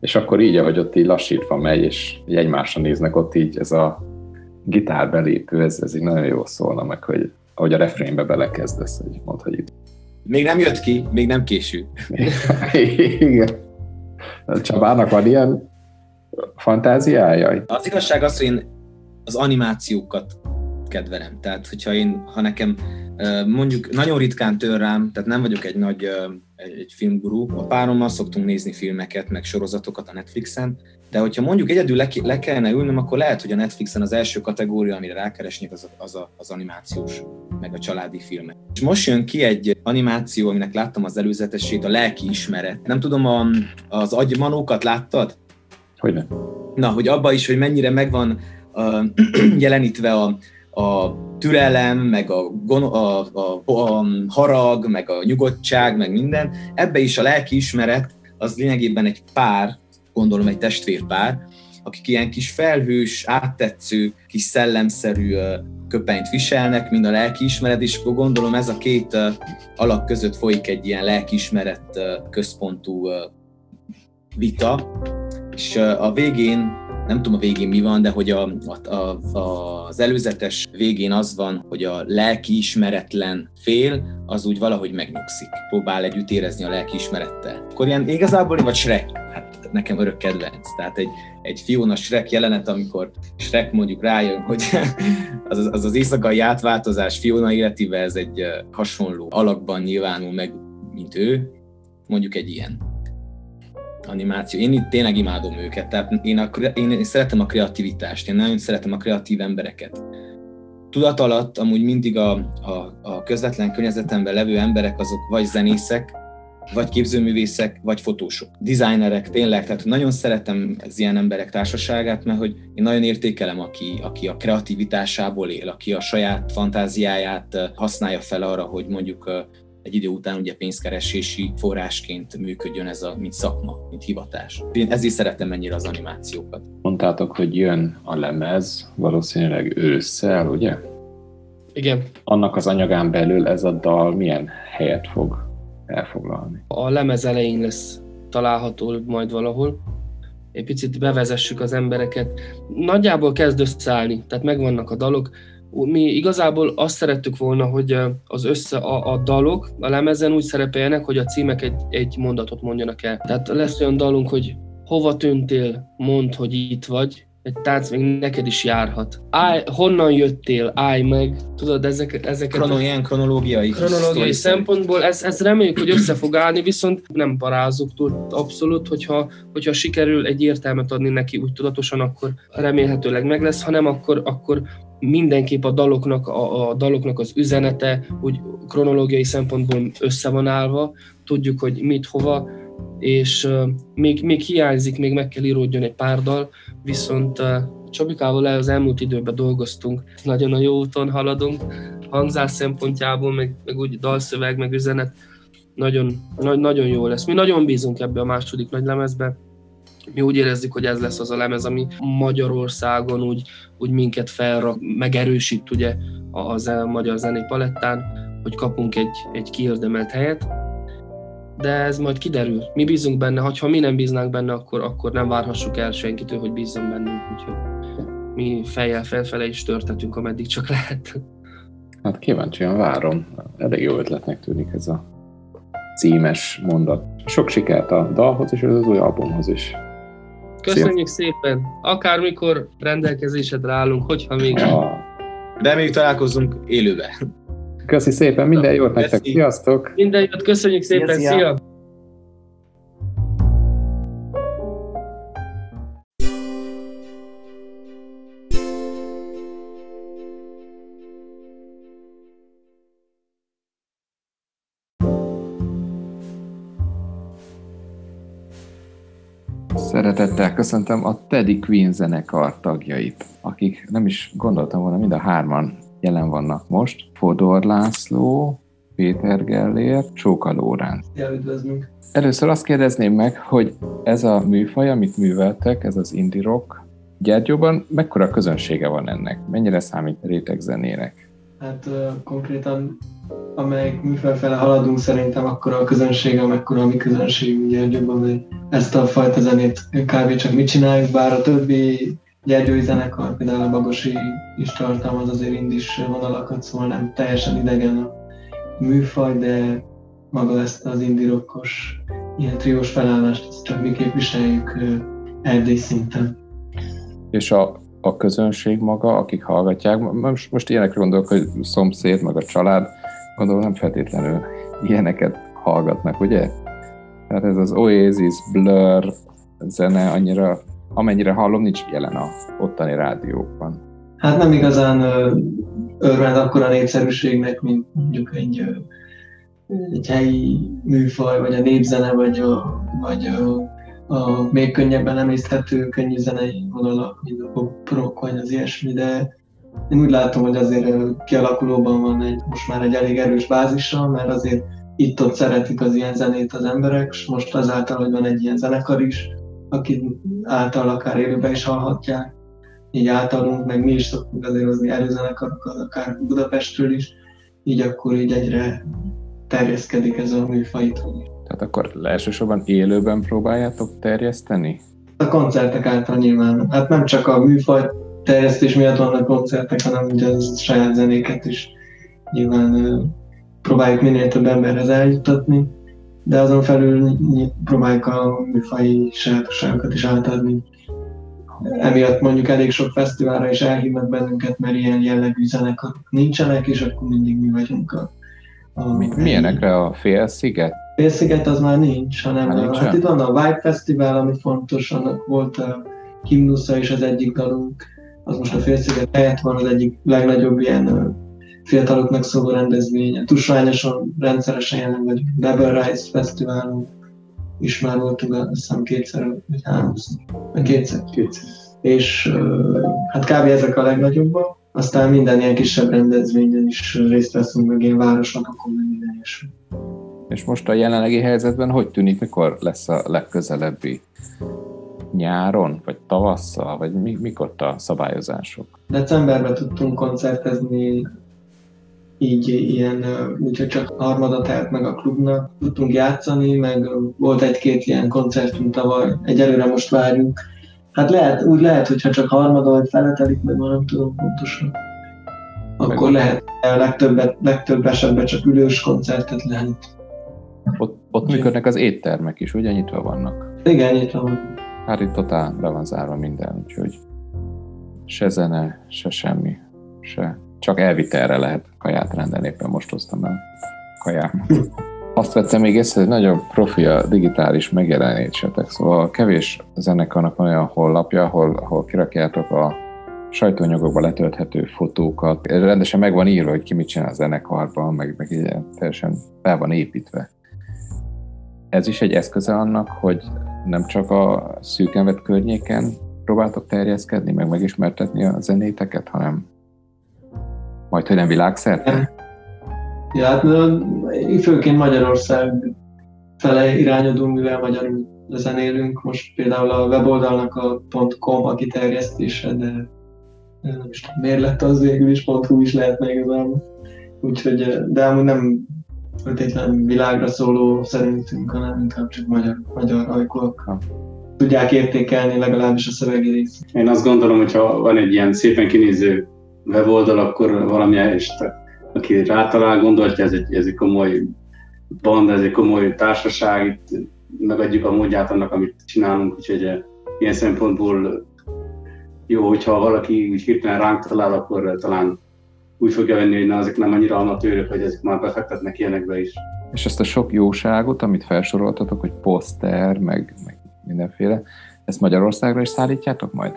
És akkor így, ahogy ott így lassítva megy, és így egymásra néznek, ott így ez a gitárbelépő, ez, ez így nagyon jól szólna meg, hogy ahogy a refrénbe belekezdesz, hogy mondd, hogy itt. Még nem jött ki, még nem késő. Igen. Csabának van ilyen fantáziája? Az igazság az, hogy én az animációkat kedvelem. Tehát, hogyha én, ha nekem mondjuk nagyon ritkán tör rám, tehát nem vagyok egy nagy egy filmgurú, a párommal szoktunk nézni filmeket, meg sorozatokat a Netflixen, de hogyha mondjuk egyedül le, le kellene ülnöm, akkor lehet, hogy a Netflixen az első kategória, amire rákeresnék, az, az, a, az animációs, meg a családi filmek. És most jön ki egy animáció, aminek láttam az előzetesét, a Lelki ismeret. Nem tudom, a, az agymanókat láttad? Hogyne? Na, hogy abba is, hogy mennyire megvan uh, jelenítve a, a türelem, meg a, a, a, a harag, meg a nyugodtság, meg minden. Ebbe is a lelki ismeret az lényegében egy pár, gondolom egy testvérpár, akik ilyen kis felhős, áttetsző, kis szellemszerű köpenyt viselnek, mind a lelkiismeret, és akkor gondolom ez a két alak között folyik egy ilyen lelkiismeret központú vita, és a végén, nem tudom a végén mi van, de hogy a, a, a, az előzetes végén az van, hogy a lelkiismeretlen fél az úgy valahogy megnyugszik, próbál együtt érezni a lelkiismerettel. Akkor ilyen igazából vagy Shrek, hát nekem örök kedvenc, tehát egy, egy Fiona Shrek jelenet, amikor Shrek mondjuk rájön, hogy az az, az, az éjszakai átváltozás Fiona életével ez egy hasonló alakban nyilvánul meg, mint ő, mondjuk egy ilyen animáció. Én itt tényleg imádom őket, tehát én, a, én szeretem a kreativitást, én nagyon szeretem a kreatív embereket. Tudat alatt amúgy mindig a, a, a közvetlen környezetemben levő emberek azok vagy zenészek, vagy képzőművészek, vagy fotósok, designerek, tényleg, tehát nagyon szeretem az ilyen emberek társaságát, mert hogy én nagyon értékelem, aki, aki a kreativitásából él, aki a saját fantáziáját használja fel arra, hogy mondjuk egy idő után ugye pénzkeresési forrásként működjön ez a, mint szakma, mint hivatás. Én ezért szeretem ennyire az animációkat. Mondtátok, hogy jön a lemez, valószínűleg ősszel, ugye? Igen. Annak az anyagán belül ez a dal milyen helyet fog elfoglalni? A lemez elején lesz található majd valahol. Egy picit bevezessük az embereket. Nagyjából kezd összeállni, tehát megvannak a dalok. Mi igazából azt szerettük volna, hogy az össze, a, a dalok a lemezen úgy szerepeljenek, hogy a címek egy, egy mondatot mondjanak el. Tehát lesz olyan dalunk, hogy hova tűntél, mondd, hogy itt vagy, egy tánc még neked is járhat. Állj, honnan jöttél, állj meg, tudod, ezek, ezeket... Krono, ilyen kronológiai. Kronológiai szempontból, ez, ez reméljük, hogy össze fog állni, viszont nem parázzuk túl abszolút, hogyha, hogyha sikerül egy értelmet adni neki úgy tudatosan, akkor remélhetőleg meg lesz, ha nem, akkor, akkor mindenképp a daloknak, a, a daloknak az üzenete úgy kronológiai szempontból össze van állva, tudjuk, hogy mit, hova, és uh, még, még hiányzik, még meg kell íródjon egy pár dal, viszont uh, Csabikával az elmúlt időben dolgoztunk, nagyon a jó úton haladunk, hangzás szempontjából, meg, meg úgy dalszöveg, meg üzenet, nagyon, na, nagyon jó lesz. Mi nagyon bízunk ebbe a második nagy lemezbe. Mi úgy érezzük, hogy ez lesz az a lemez, ami Magyarországon úgy, úgy minket felrak, megerősít ugye az a magyar zenépalettán, hogy kapunk egy, egy kiérdemelt helyet. De ez majd kiderül. Mi bízunk benne, ha mi nem bíznánk benne, akkor, akkor nem várhassuk el senkitől, hogy bízzon bennünk. Úgyhogy mi fejjel felfele is törtetünk, ameddig csak lehet. Hát kíváncsian várom. Elég jó ötletnek tűnik ez a címes mondat. Sok sikert a dalhoz és az új albumhoz is. Köszönjük Szia. Szépen! Akármikor rendelkezésedre állunk, hogyha még... Ah. Reméljük találkozunk élőben. Köszi szépen, minden jót nektek, sziasztok! Minden jót, köszönjük szépen, szia! szia. Szeretettel köszöntöm a Teddy Queen zenekar tagjait, akik nem is gondoltam volna, mind a hárman jelen vannak most. Fodor László, Péter Gellér, Csóka Lóránc. Ja, üdvözlünk. Először azt kérdezném meg, hogy ez a műfaj, amit műveltek, ez az indie rock, Gyergyóban mekkora közönsége van ennek? Mennyire számít rétegzenének? Hát uh, konkrétan amelyik mi felfele haladunk, szerintem akkor a közönség, amekkora a mi közönség, ugye jobban, hogy ezt a fajta zenét kb. Csak mit csináljuk, bár a többi gyergyói zenekar, például a Bagosi is tartalmaz azért indis vonalakat, szóval nem teljesen idegen a műfaj, de maga ezt az indie rockos, ilyen triós felállást, ezt csak mi képviseljük erdély szinten. És a, a közönség maga, akik hallgatják, most, most ilyenekre gondolok, hogy szomszéd, meg a család, gondolom nem feltétlenül ilyeneket hallgatnak, ugye? Tehát ez az Oasis, Blur zene annyira, amennyire hallom, nincs jelen a ottani rádiókban. Hát nem igazán örvend akkora népszerűségnek, mint mondjuk egy, egy helyi műfaj, vagy a népzene, vagy a, vagy a, a még könnyebben emészthető könnyű zenei vonalak, mint a pop rock, vagy az ilyesmi, de én úgy látom, hogy azért kialakulóban van egy, most már egy elég erős bázissal, mert azért itt-ott szeretik az ilyen zenét az emberek, és most azáltal, hogy van egy ilyen zenekar is, aki által akár élőben is hallhatják, így általunk, meg mi is szoktunk azért hozni előzenekarokat, akár Budapestről is, így akkor így egyre terjeszkedik ez a műfaj itthon is. Tehát akkor elsősorban élőben próbáljátok terjeszteni? A koncertek által nyilván, hát nem csak a műfaj terjesztés miatt vannak koncertek, hanem ugye a saját zenéket is nyilván próbáljuk minél több emberhez eljuttatni, de azon felül próbáljuk a műfaji sajátosságokat is átadni. Emiatt mondjuk elég sok fesztiválra is elhívnak bennünket, mert ilyen jellegű zenekarok nincsenek, és akkor mindig mi vagyunk a... a mi, milyenekre a Félsziget? Félsziget az már nincs, hanem már a, hát itt van a Vibe Fesztivál, ami fontos, annak volt a Himnusza is az egyik dalunk, az most a Félsziget helyett van, az egyik legnagyobb ilyen fiataloknak szóló rendezvény. Tusványoson rendszeresen jelen vagyunk, Rebel Rise Fesztiválon is már voltunk, azt hiszem kétszer, vagy háromszor, vagy kétszer. kétszer. És hát kb. Ezek a legnagyobbak. Aztán minden ilyen kisebb rendezvényen is részt veszünk, meg ilyen városnapokon, meg minden ilyesmi. És most a jelenlegi helyzetben hogy tűnik, mikor lesz a legközelebbi? Nyáron, vagy tavasszal, vagy mi, mikor a szabályozások? Decemberben tudtunk koncertezni, így ilyen, úgyhogy csak harmada telt meg a klubnak. Tudtunk játszani, meg volt egy-két ilyen koncertünk tavaly, egyelőre most várjuk. Hát lehet, úgy lehet, hogyha csak harmada vagy feletelik, meg már nem tudom pontosan. Akkor meg lehet, a legtöbbet, legtöbb esetben csak ülős koncertet lehet. Ott, ott működnek az éttermek is, ugye nyitva vannak? Igen, nyitva van. Hát itt totál be van zárva minden, úgyhogy se zene, se semmi, se. Csak elvitelre lehet kaját rendelni, éppen most hoztam el kajám. Azt vettem még észre, hogy nagyobb profi a digitális megjelenésetek, szóval kevés zenekarnak van olyan honlapja, ahol, ahol kirakjátok a sajtóanyagokba letölthető fotókat. Rendesen meg van írva, hogy ki mit csinál a zenekarban, meg, meg ilyen teljesen fel van építve. Ez is egy eszköze annak, hogy nem csak a szűken vett környéken próbáltok terjeszkedni, meg megismertetni a zenéteket, hanem majd, hogy nem világszerte? Ja, hát főként Magyarország fele irányodunk, mivel magyarul zenélünk. Most például a weboldalnak a .com a kiterjesztése, de nem is tudom, miért lett az végül is, .hu is lehetne igazából. Úgyhogy, de amúgy nem feltétlenül világra szóló szerintünk, hanem inkább csak magyar, magyar ajkúak. Ha. Tudják értékelni legalábbis a szövegi részt. Én azt gondolom, hogy ha van egy ilyen szépen kinéző weboldal, akkor valami is, aki rátalál, gondolja, ez egy, ez egy komoly band, ez egy komoly társaság, itt megadjuk a módját annak, amit csinálunk, úgyhogy ilyen szempontból jó, hogyha valaki úgy hirtelen ránk talál, akkor talán úgy fogja venni, hogy na, ezek nem annyira amatőrök, hogy ezek már befektetnek ilyenekbe is. És ezt a sok jóságot, amit felsoroltatok, hogy poszter, meg, meg mindenféle, ezt Magyarországra is szállítjátok majd?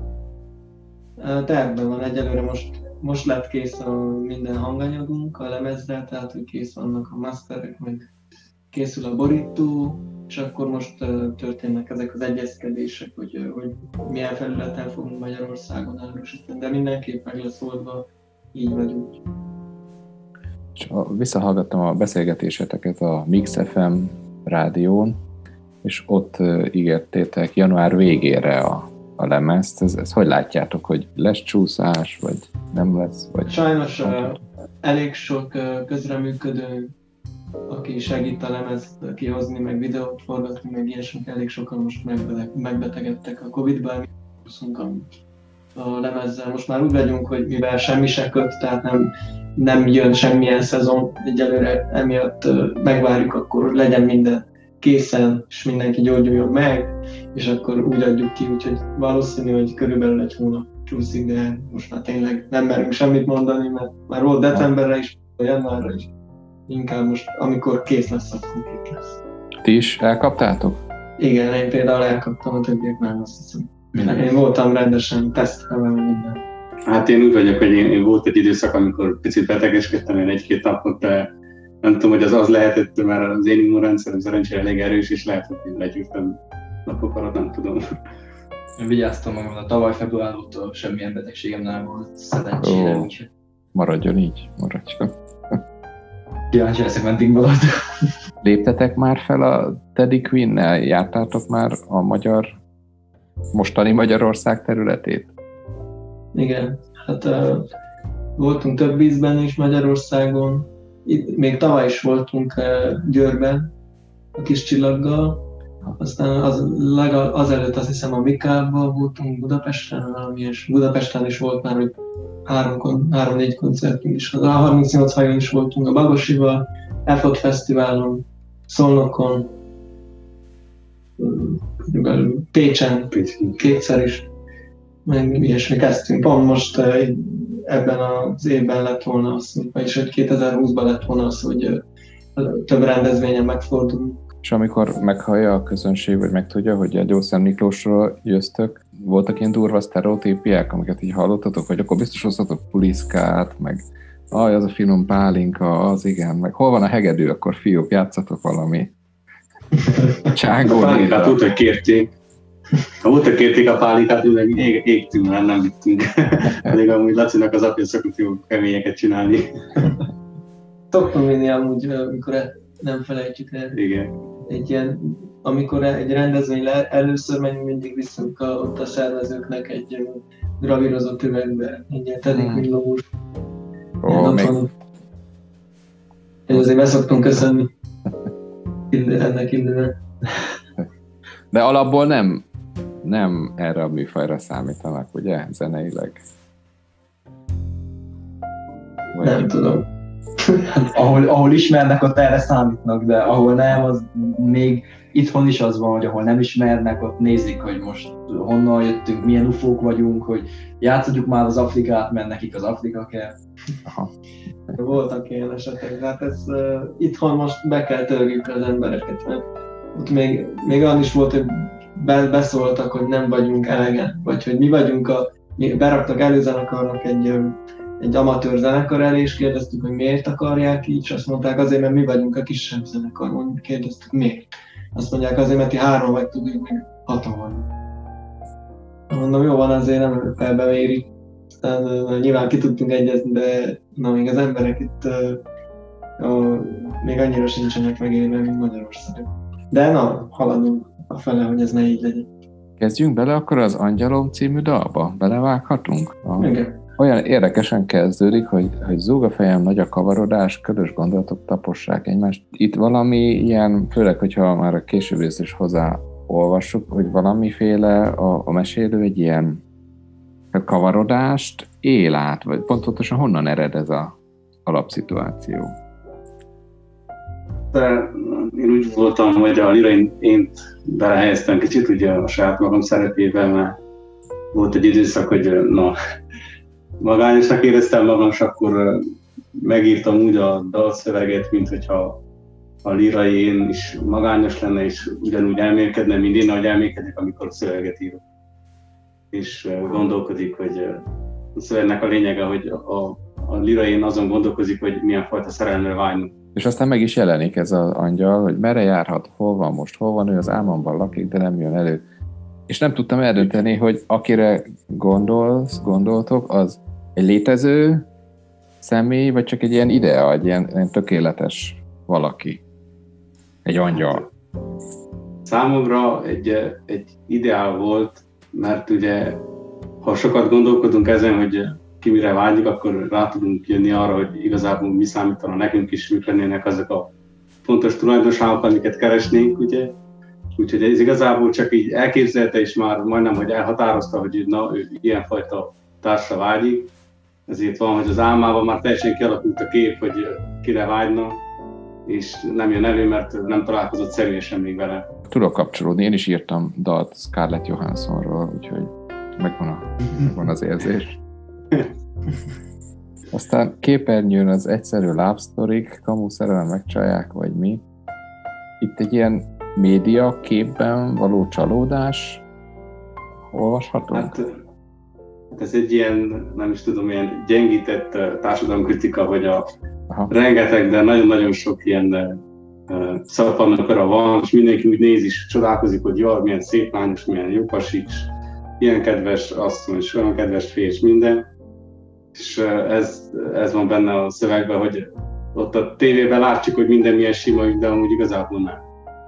Tervben van, egyelőre most, most lett kész a minden hanganyagunk a lemezre, tehát hogy kész vannak a masterek, meg készül a borító, és akkor most történnek ezek az egyezkedések, hogy, hogy milyen felületen fogunk Magyarországon árusítani, de mindenképp meg lesz oldva, így vagy úgy. Visszahallgattam a beszélgetéseteket a Mix ef em rádión, és ott ígértétek január végére a, a lemezt. Ez, ez hogy látjátok, hogy lesz csúszás, vagy nem lesz? Vagy sajnos, elég sok közreműködő, aki segít a lemezt kihozni, meg videót forgatni, meg ilyesmik, elég sokan most megbetegedtek a Covid-ban, a lemezzel. Most már úgy vagyunk, hogy mivel semmi se köt, tehát nem, nem jön semmilyen szezon, egyelőre emiatt megvárjuk akkor, hogy legyen minden készen, és mindenki gyógyuljon meg, és akkor úgy adjuk ki, úgyhogy valószínű, hogy körülbelül egy hónap csúszik, de most már tényleg nem merünk semmit mondani, mert már volt decemberre is, januárra is. Inkább most, amikor kész lesz, akkor kész lesz. Ti is elkaptátok? Igen, én például elkaptam, a többiek nem, azt hiszem. Minden. Én voltam rendesen tesztelve minden. Hát én úgy vagyok, hogy én, én volt egy időszak, amikor picit betegeskedtem, én egy-két napot, de nem tudom, hogy az az lehetett, mert az én immunrendszerem szerencsére elég erős, és lehet, hogy legyűrtem napok alatt, nem tudom. Én vigyáztam magamra, tavaly február óta semmilyen betegségem nem volt, szerencsére, Ó, úgyhogy maradjon így, maradjon. kíváncsi leszek, meddig marad. Léptetek már fel a Teddy Queen-nel? Jártátok már a magyar, mostani Magyarország területét? Igen, hát uh, voltunk több vízben is Magyarországon. Itt, még tavaly is voltunk uh, Győrben a kis csillaggal. Aztán az, legal, azelőtt azt hiszem a Vikában voltunk Budapesten, valami, és Budapesten is volt már, hogy három, három-négy koncertünk is. Az A harmincnyolc hajon is voltunk, a Bagosival, Efot Fesztiválon, Szolnokon, Pécsen kétszer is, meg ilyesmi kezdtünk. Pont most ebben az évben lett volna az, vagyis hogy kétezer-húszban lett volna az, hogy több rendezvényen megfordulunk. És amikor meghallja a közönség, vagy megtudja, hogy a Gyógyszent Miklósról jöztök, voltak ilyen durva sztereotípiák, amiket így hallottatok, vagy akkor biztos hoztatok puliszkát, meg aj, az a finom pálinka, az igen, meg hol van a hegedű, akkor fiúk, játszatok valami csángó. A pálinkát úgy, hogy kérték. Ha úgy, hogy kérték a pálinkát, úgy meg ég, égtünk, mert nem vittünk. Elég amúgy Lacinak az apja szokott jó keményeket csinálni. Szoktunk vinni amúgy, amikor nem felejtjük el. Igen. Egy ilyen, amikor egy rendezvény le, először megyünk, mindig viszünk a, ott a szervezőknek egy gravírozott üvegbe, egy ilyen Teddy Queen logós. Ó, még... Hogy azért beszoktunk köszönni ennek időnek. De alapból nem, nem erre a műfajra számítanak, ugye, zeneileg? Vagy nem tudom. ahol, ahol ismernek, ott erre számítnak, de ahol nem, az még itthon is az van, hogy ahol nem ismernek, ott nézik, hogy most honnan jöttünk, milyen ufók vagyunk, hogy játszhatjuk már az Afrikát, mert nekik az Afrika kell. Aha. Voltak ilyen esetek, hát ez uh, itthon most be kell törjük az embereket, mert ott még, még olyan is volt, hogy be, beszóltak, hogy nem vagyunk elegen, vagy hogy mi vagyunk a, mi beraktak előzenekarnak egy, egy amatőr zenekar elé, és kérdeztük, hogy miért akarják így, és azt mondták azért, mert mi vagyunk a kisebb zenekar, mondjuk kérdeztük miért. Azt mondják azért, mert ti három vagytok, ők meg hatan vannak. Mondom, jó van, azért nem felbemérik. Aztán uh, nyilván ki tudtunk egyezni, de na, még az emberek itt uh, uh, még annyira sincsenek megélve, mint Magyarország. De na, haladunk a fele, hogy ez ne így legyen. Kezdjünk bele akkor az Angyalom című dalba? Belevághatunk? A... Igen. Olyan érdekesen kezdődik, hogy, hogy zúg a fejem, nagy a kavarodás, ködös gondolatok tapossák egymást. Itt valami ilyen, főleg, hogyha már a később részt is hozzáolvassuk, hogy valamiféle a, a mesélő egy ilyen kavarodást él át, vagy pontosan honnan ered ez a alapszituáció? De én úgy voltam, hogy a Lira én, én belehelyeztem kicsit ugye a saját magam szerepével, mert volt egy időszak, hogy na, magányosnak éreztem magam, és akkor megírtam úgy a dalszöveget, mint hogyha a Lira én is magányos lenne, és ugyanúgy elmélkedne, mint én, ahogy elmélkedik, amikor a szöveget írok. És gondolkodik, hogy a szövegnek a lényege, hogy a, a Lira én azon gondolkozik, hogy milyen fajta szerelemre vágyunk. És aztán meg is jelenik ez az angyal, hogy merre járhat, hol van most, hol van ő, az álmomban lakik, de nem jön elő. És nem tudtam eldönteni, hogy akire gondolsz, gondoltok, az egy létező személy, vagy csak egy ilyen idea, egy ilyen, ilyen tökéletes valaki. Egy angyal. Számomra egy, egy ideál volt, mert ugye, ha sokat gondolkodunk ezen, hogy ki mire vágyik, akkor rá tudunk jönni arra, hogy igazából mi számítana nekünk is, mik lennének azok a fontos tulajdonságok, amiket keresnénk, ugye. Úgyhogy ez igazából csak így elképzelte, és már majdnem, hogy elhatározta, hogy na, ő ilyenfajta társra vágyik. Ezért van, hogy az álmában már teljesen kialakult a kép, hogy kire vágyna, és nem jön elő, mert nem találkozott személyesen még vele. Tudok kapcsolódni, én is írtam dalt Scarlett Johanssonról, úgyhogy megvan, a, megvan az érzés. Aztán képernyőn az egyszerű love story-k, kamu szerelem megcsalják, vagy mi. Itt egy ilyen média képben való csalódás olvasható? Hát, hát ez egy ilyen, nem is tudom, ilyen gyengített társadalomkritika, hogy a Aha. rengeteg, de nagyon-nagyon sok ilyen uh, szappanakara van, és mindenki úgy néz is, csodálkozik, hogy jaj, milyen szép lányos, milyen jó pasics, ilyen kedves asszony, és olyan kedves férj, és minden. És uh, ez, ez van benne a szövegben, hogy ott a tévében látjuk, hogy minden milyen sima, de amúgy igazából nem.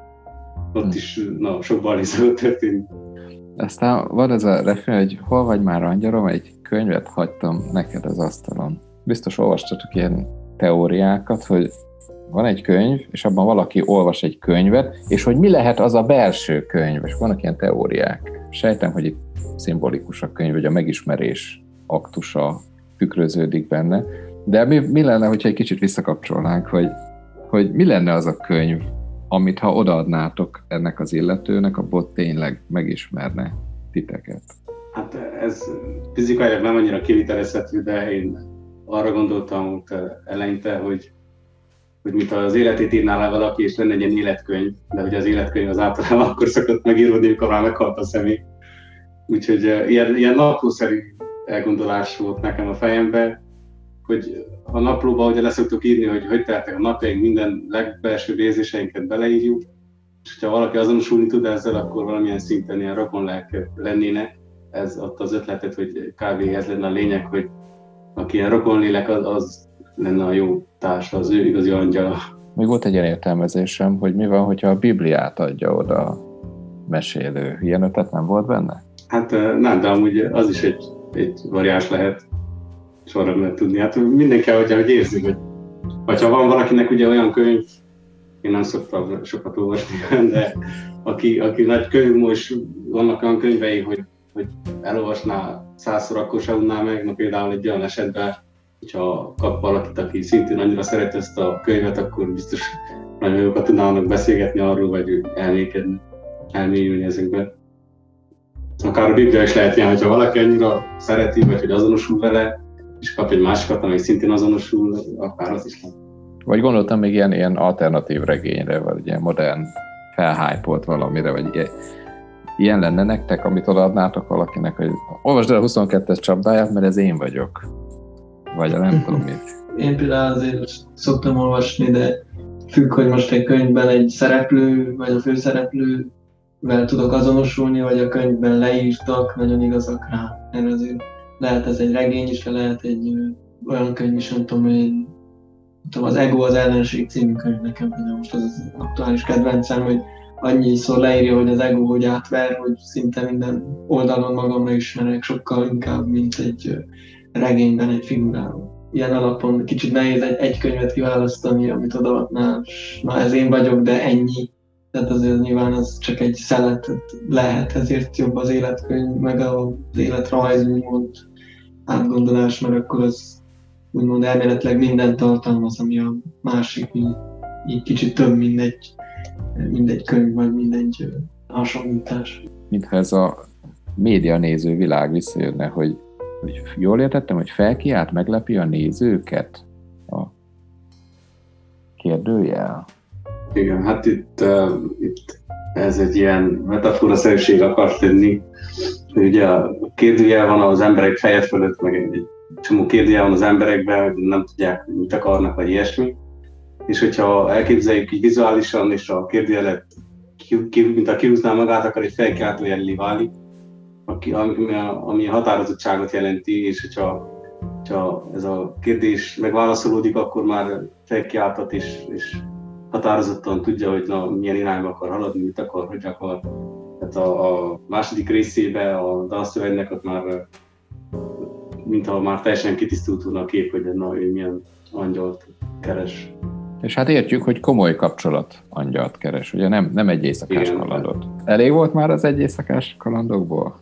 Ott is na, sok balhészó történik. Aztán van ez a refrén, hogy hol vagy már angyalom, egy könyvet hagytam neked az asztalon. Biztos olvastatok ilyen teóriákat, hogy van egy könyv, és abban valaki olvas egy könyvet, és hogy mi lehet az a belső könyv, és vannak ilyen teóriák. Sejtem, hogy itt szimbolikus a könyv, hogy a megismerés aktusa tükröződik benne. De mi, mi lenne, hogyha egy kicsit visszakapcsolnánk, hogy, hogy mi lenne az a könyv, amit ha odaadnátok ennek az illetőnek, abból tényleg megismerne titeket? Hát ez fizikailag nem annyira kivitelezhető, de én arra gondoltam ott eleinte, hogy, hogy mint az életét írná le valaki, és lenne egy ilyen életkönyv, de ugye az életkönyv az általában akkor szokott megíródni, amikor már meghalt a személy. Úgyhogy ilyen, ilyen naplószerű elgondolás volt nekem a fejemben, hogy a naplóba ugye leszoktuk írni, hogy hogy teltek a napjaink, minden legbelső érzéseinket beleírjuk, és ha valaki azonosulni tud ezzel, akkor valamilyen szinten ilyen rokonlelkek lennének. Ez adta az ötletet, hogy kb. Ez lenne a lényeg, hogy aki ilyen rokonlélek, az, az lenne a jó társa, az ő igazi angyala. Még volt egy ilyen értelmezésem, hogy mi van, hogyha a Bibliát adja oda a mesélő. Ilyen ötlet nem volt benne? Hát nem, de amúgy az is egy, egy variáns lehet. Sorra lehet tudni. Hát mindenki ahogy, ahogy érzi, hogy vagy ha van valakinek ugye olyan könyv, én nem szoktam sokat olvasni, de aki, aki nagy könyvmó, és vannak olyan könyvei, hogy, hogy elolvasná százszor, akkor se unná meg, na például egy olyan esetben, hogyha kap valakit, aki szintén annyira szereti ezt a könyvet, akkor biztos nagyon jókat tudnának beszélgetni arról, vagy elmékedni, elmélyülni ezekben. Akár a Biblia is lehet ilyen, hogyha valaki annyira szereti, vagy hogy azonosul vele, és kap egy másikat, amely szintén azonosul, akár az is lehet. Vagy gondoltam még ilyen, ilyen alternatív regényre, vagy ilyen modern felhájpolt valamire, vagy ilyen, ilyen lenne nektek, amit odaadnátok valakinek, hogy olvasd el a huszonkettes csapdáját, mert ez én vagyok. Vagy nem tudom mit. Én például azért szoktam olvasni, de függ, hogy most egy könyvben egy szereplő, vagy a főszereplővel tudok azonosulni, vagy a könyvben leírtak, nagyon igazak rá. Mert azért lehet ez egy regény is, lehet egy ö, olyan könyv is, nem tudom, hogy tudom, az Ego az ellenség című könyv nekem, de most az az aktuális kedvencem, hogy annyiszor leírja, hogy az ego hogy átver, hogy szinte minden oldalon magamra ismerek sokkal inkább, mint egy ö, regényben egy figurával. Ilyen alapon kicsit nehéz egy, egy könyvet kiválasztani, amit odaadnál, és na ez én vagyok, de ennyi. Tehát azért nyilván az csak egy szelet lehet, ezért jobb az életkönyv, meg az életrajz, úgymond átgondolás, mert akkor az úgymond elméletileg mindent tartalmaz, ami a másik, így, így kicsit több, mint egy, mint egy könyv, vagy mint egy hasonlítás. Mintha ez a média néző világ visszajönne, hogy, hogy jól értettem, hogy felkiált, meglepi a nézőket a kérdőjel. Igen, hát itt, uh, itt ez egy ilyen metafora-szerűség akart lenni. Ugye a kérdőjel van az emberek feje fölött, meg egy csomó kérdőjel van az emberekben, hogy nem tudják, mit akarnak, vagy ilyesmi. És hogyha elképzeljük így vizuálisan, és a kérdőjelet, mint a kihúzná magát, akkor egy felkiáltójellé válik, ami a, ami a határozottságot jelenti, és hogyha, hogyha ez a kérdés megválaszolódik, akkor már felkiáltat, és, és határozottan tudja, hogy na, milyen irányba akar haladni, mit akar, hogy akar. Tehát a, a második részében a dalszövegnek ott már mintha már teljesen kitisztult volna a kép, hogy na, ő milyen angyalt keres. És hát értjük, hogy komoly kapcsolat angyalt keres, ugye nem, nem egy éjszakás Igen, kalandot. Elég volt már az egy éjszakás kalandokból?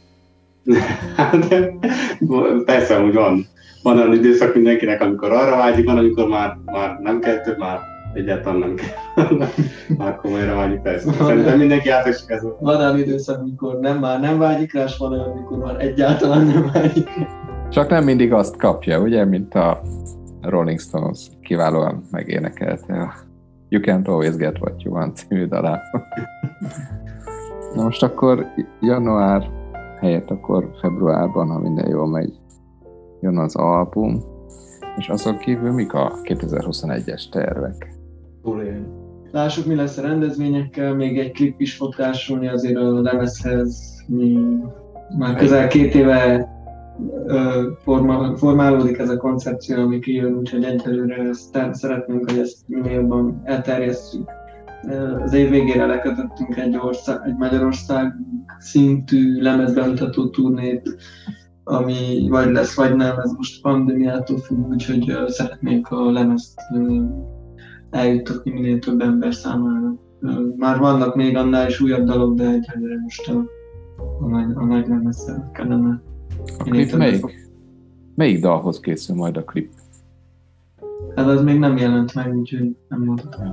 De, persze, hogy van. Van olyan időszak mindenkinek, amikor arra vágyik, van, amikor már, már nem kell több, már egyáltalán nem kell. Már komolyra vágyik, persze. Szerintem mindenki átesik ez. Van olyan időszak, amikor nem, már nem vágyik rá, és van olyan, amikor már egyáltalán nem vágyik rá. Csak nem mindig azt kapja, ugye, mint a Rolling Stones kiválóan megénekelte a You Can't Always Get What You Want című dalában. Na most akkor január helyett akkor februárban, ha minden jól megy, jön az album, és azon kívül mik a kétezer-huszonegyes tervek? Túlélni. Lássuk, mi lesz a rendezvényekkel, még egy klip is fog társulni azért a lemezhez. Mi már közel két éve ö, forma, formálódik ez a koncepció, ami kijön, úgyhogy egyelőre ezt szeretnénk, hogy ezt minél jobban elterjesszük. Az év végére lekötöttünk egy, ország, egy Magyarország szintű lemezbemutató turnét, ami vagy lesz, vagy nem, ez most pandémiától függ, úgyhogy uh, szeretnénk a lemezt uh, eljuttatni minél több ember számára. Uh, már vannak még annál is újabb dalok, de egyelőre most a, a, nagy, a nagy lemezzel kellene. A klip melyik? Melyik dalhoz készül majd a klip? Hát az még nem jelent meg, úgyhogy nem mondhatom.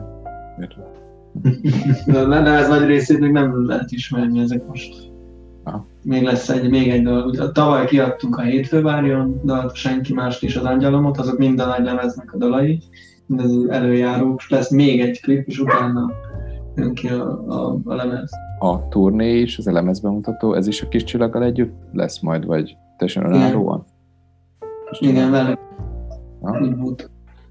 De, de ez nagy részét még nem lehet ismerni ezek most. Aha. Még lesz egy, még egy dal. Ugye, tavaly kiadtunk a Hétfő várjon dalt, Senki mást is az Angyalomot, azok mind a nagy lemeznek a dalai, mind az előjárók, és lesz még egy klip, és utána jön ki a, a, a lemez. A turné is, az a lemezbemutató, ez is a Kis Csillaggal együtt lesz majd, vagy teljesen önállóan? Igen, velük. Úgy volt.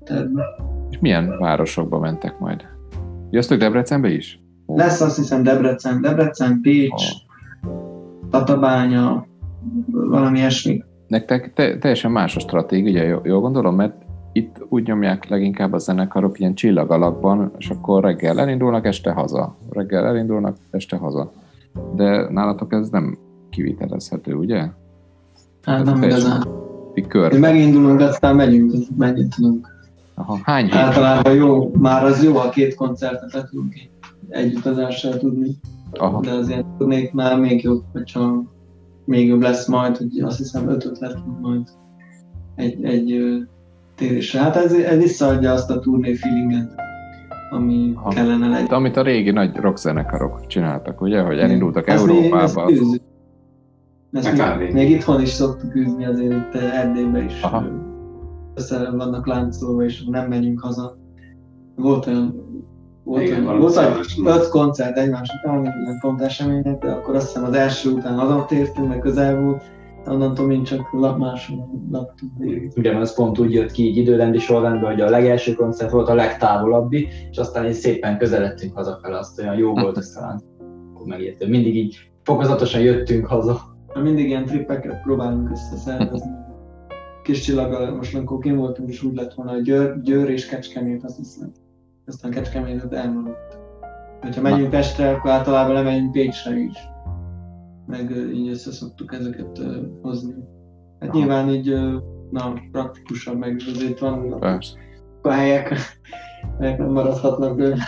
És milyen városokba mentek majd? Jöztök Debrecenbe is? Ó. Lesz azt hiszem Debrecen, Debrecen, Pécs, oh. Tatabánya, valami ilyesmi. Nektek te, teljesen más a stratégia, jól, jól gondolom, mert itt úgy nyomják leginkább a zenekarok ilyen csillag alakban, és akkor reggel elindulnak, este haza. Reggel elindulnak, este haza. De nálatok ez nem kivitelezhető, ugye? Hát nem igazán. Mi megindulunk, aztán megyünk, mennyit tudunk. Aha, hány hét? Általában jó, már az jó, a két koncertet le tudunk egy utazással tudni. Aha. De az ilyen turnéknál még jobb, hogyha még jobb lesz majd, hogy azt hiszem ötöt lettünk majd egy, egy térésre. Hát ez, ez visszaadja azt a turné feelinget, ami Aha. kellene legyen. Amit a régi nagy rockzenekarok csináltak, ugye, hogy elindultak ezt Európába. Ezt ezt még, még itthon is szoktuk űzni, azért itt Erdélyben is. Aha. Össze vannak láncolva, és nem megyünk haza. Volt olyan, volt igen, olyan, volt olyan öt koncert egymás után, ilyen pont események, de akkor azt hiszem az első után hazatértünk, meg közel volt, onnantól mind csak máson laktunk. Igen, ez pont úgy jött ki így időrendi sorrendben, hogy a legelső koncert volt a legtávolabbi, és aztán így szépen közeledtünk hazafele, azt olyan jó volt összelánt. Megértem, mindig így fokozatosan jöttünk haza. Mindig ilyen trippeket próbálunk összeszervezni. Kis Csillaggal, most amikor kim voltunk is úgy lett volna, hogy Győr, Győr és Kecskemét, azt hiszem. Aztán Kecskemétet elmaradt. Ha megyünk Pestre, akkor általában lemegyünk Pécsre is. Meg így össze szoktuk ezeket uh, hozni. Hát Aha. nyilván így, uh, na, praktikusabb, meg azért vannak a helyek, helyek nem maradhatnak uh,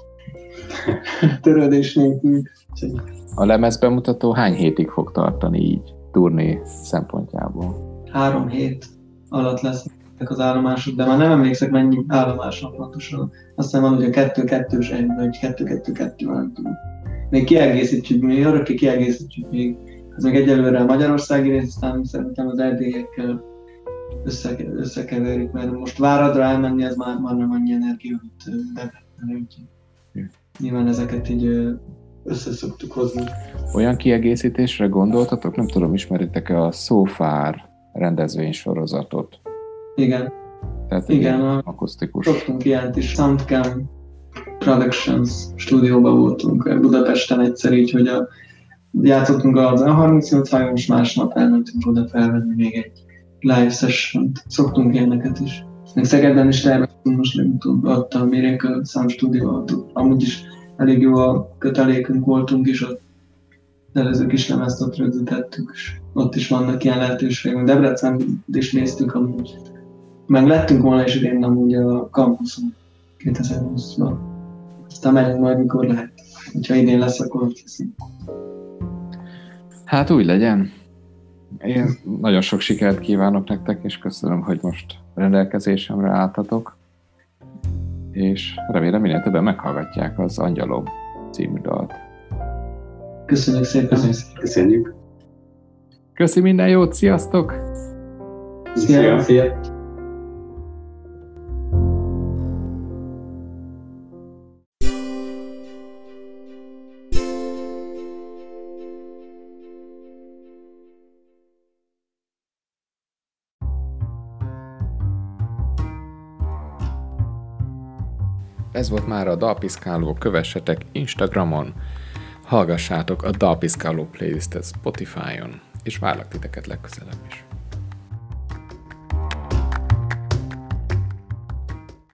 törődés nélkül. A lemezbemutató hány hétig fog tartani így, turné szempontjából? Három hét alatt lesznek az állomások, de már nem emlékszek mennyi állomásnak pontosan. Aztán van ugye kettő-kettős egy, vagy kettő-kettő-kettő, nem tudom. Még kiegészítjük, még örökké kiegészítjük még. Ez még egyelőre a magyarországi rész, aztán szerintem az erdélyekkel össze, összekeverik, mert most Váradra elmenni, ez már, már nem annyi energia, mint Debrecenre, úgyhogy nyilván ezeket így össze szoktuk hozni. Olyan kiegészítésre gondoltatok? Nem tudom, ismeritek-e a So Far rendezvénysorozatot? Igen. Tehát igen, a, akusztikus. Szoktunk ilyent is. Soundcam Productions stúdióban voltunk Budapesten egyszer, így, hogy a, játszottunk az A harmincnyolc hajón, és másnap elmentünk oda felvenni még egy live session-t. Szoktunk ilyeneket is. Még Szegeden is terveztünk most legutóbb, ott a Miracle Sound Studio, amúgy is elég jó a kötelékünk voltunk, és ott előző kis lemezt ott rögzítettük, és ott is vannak ilyen lehetőségek. Debrecen is néztük amúgy. Meg lettünk volna is idén amúgy a kampuszon kétezer-húszban. Aztán megyünk majd, mikor lehet. Ha idén lesz, akkor ott hiszem. Hát úgy legyen. Én nagyon sok sikert kívánok nektek, és köszönöm, hogy most rendelkezésemre álltatok. És remélem minél többen meghallgatják az Angyalom című dalt. Köszönjük szépen! Köszönjük! Köszönjük! Köszi, minden jót, sziasztok! Szia! Szia. Ez volt már a Dalpiszkáló, kövessetek Instagramon, hallgassátok a Dalpiszkáló playlistet Spotify-on, és várlak titeket legközelebb is.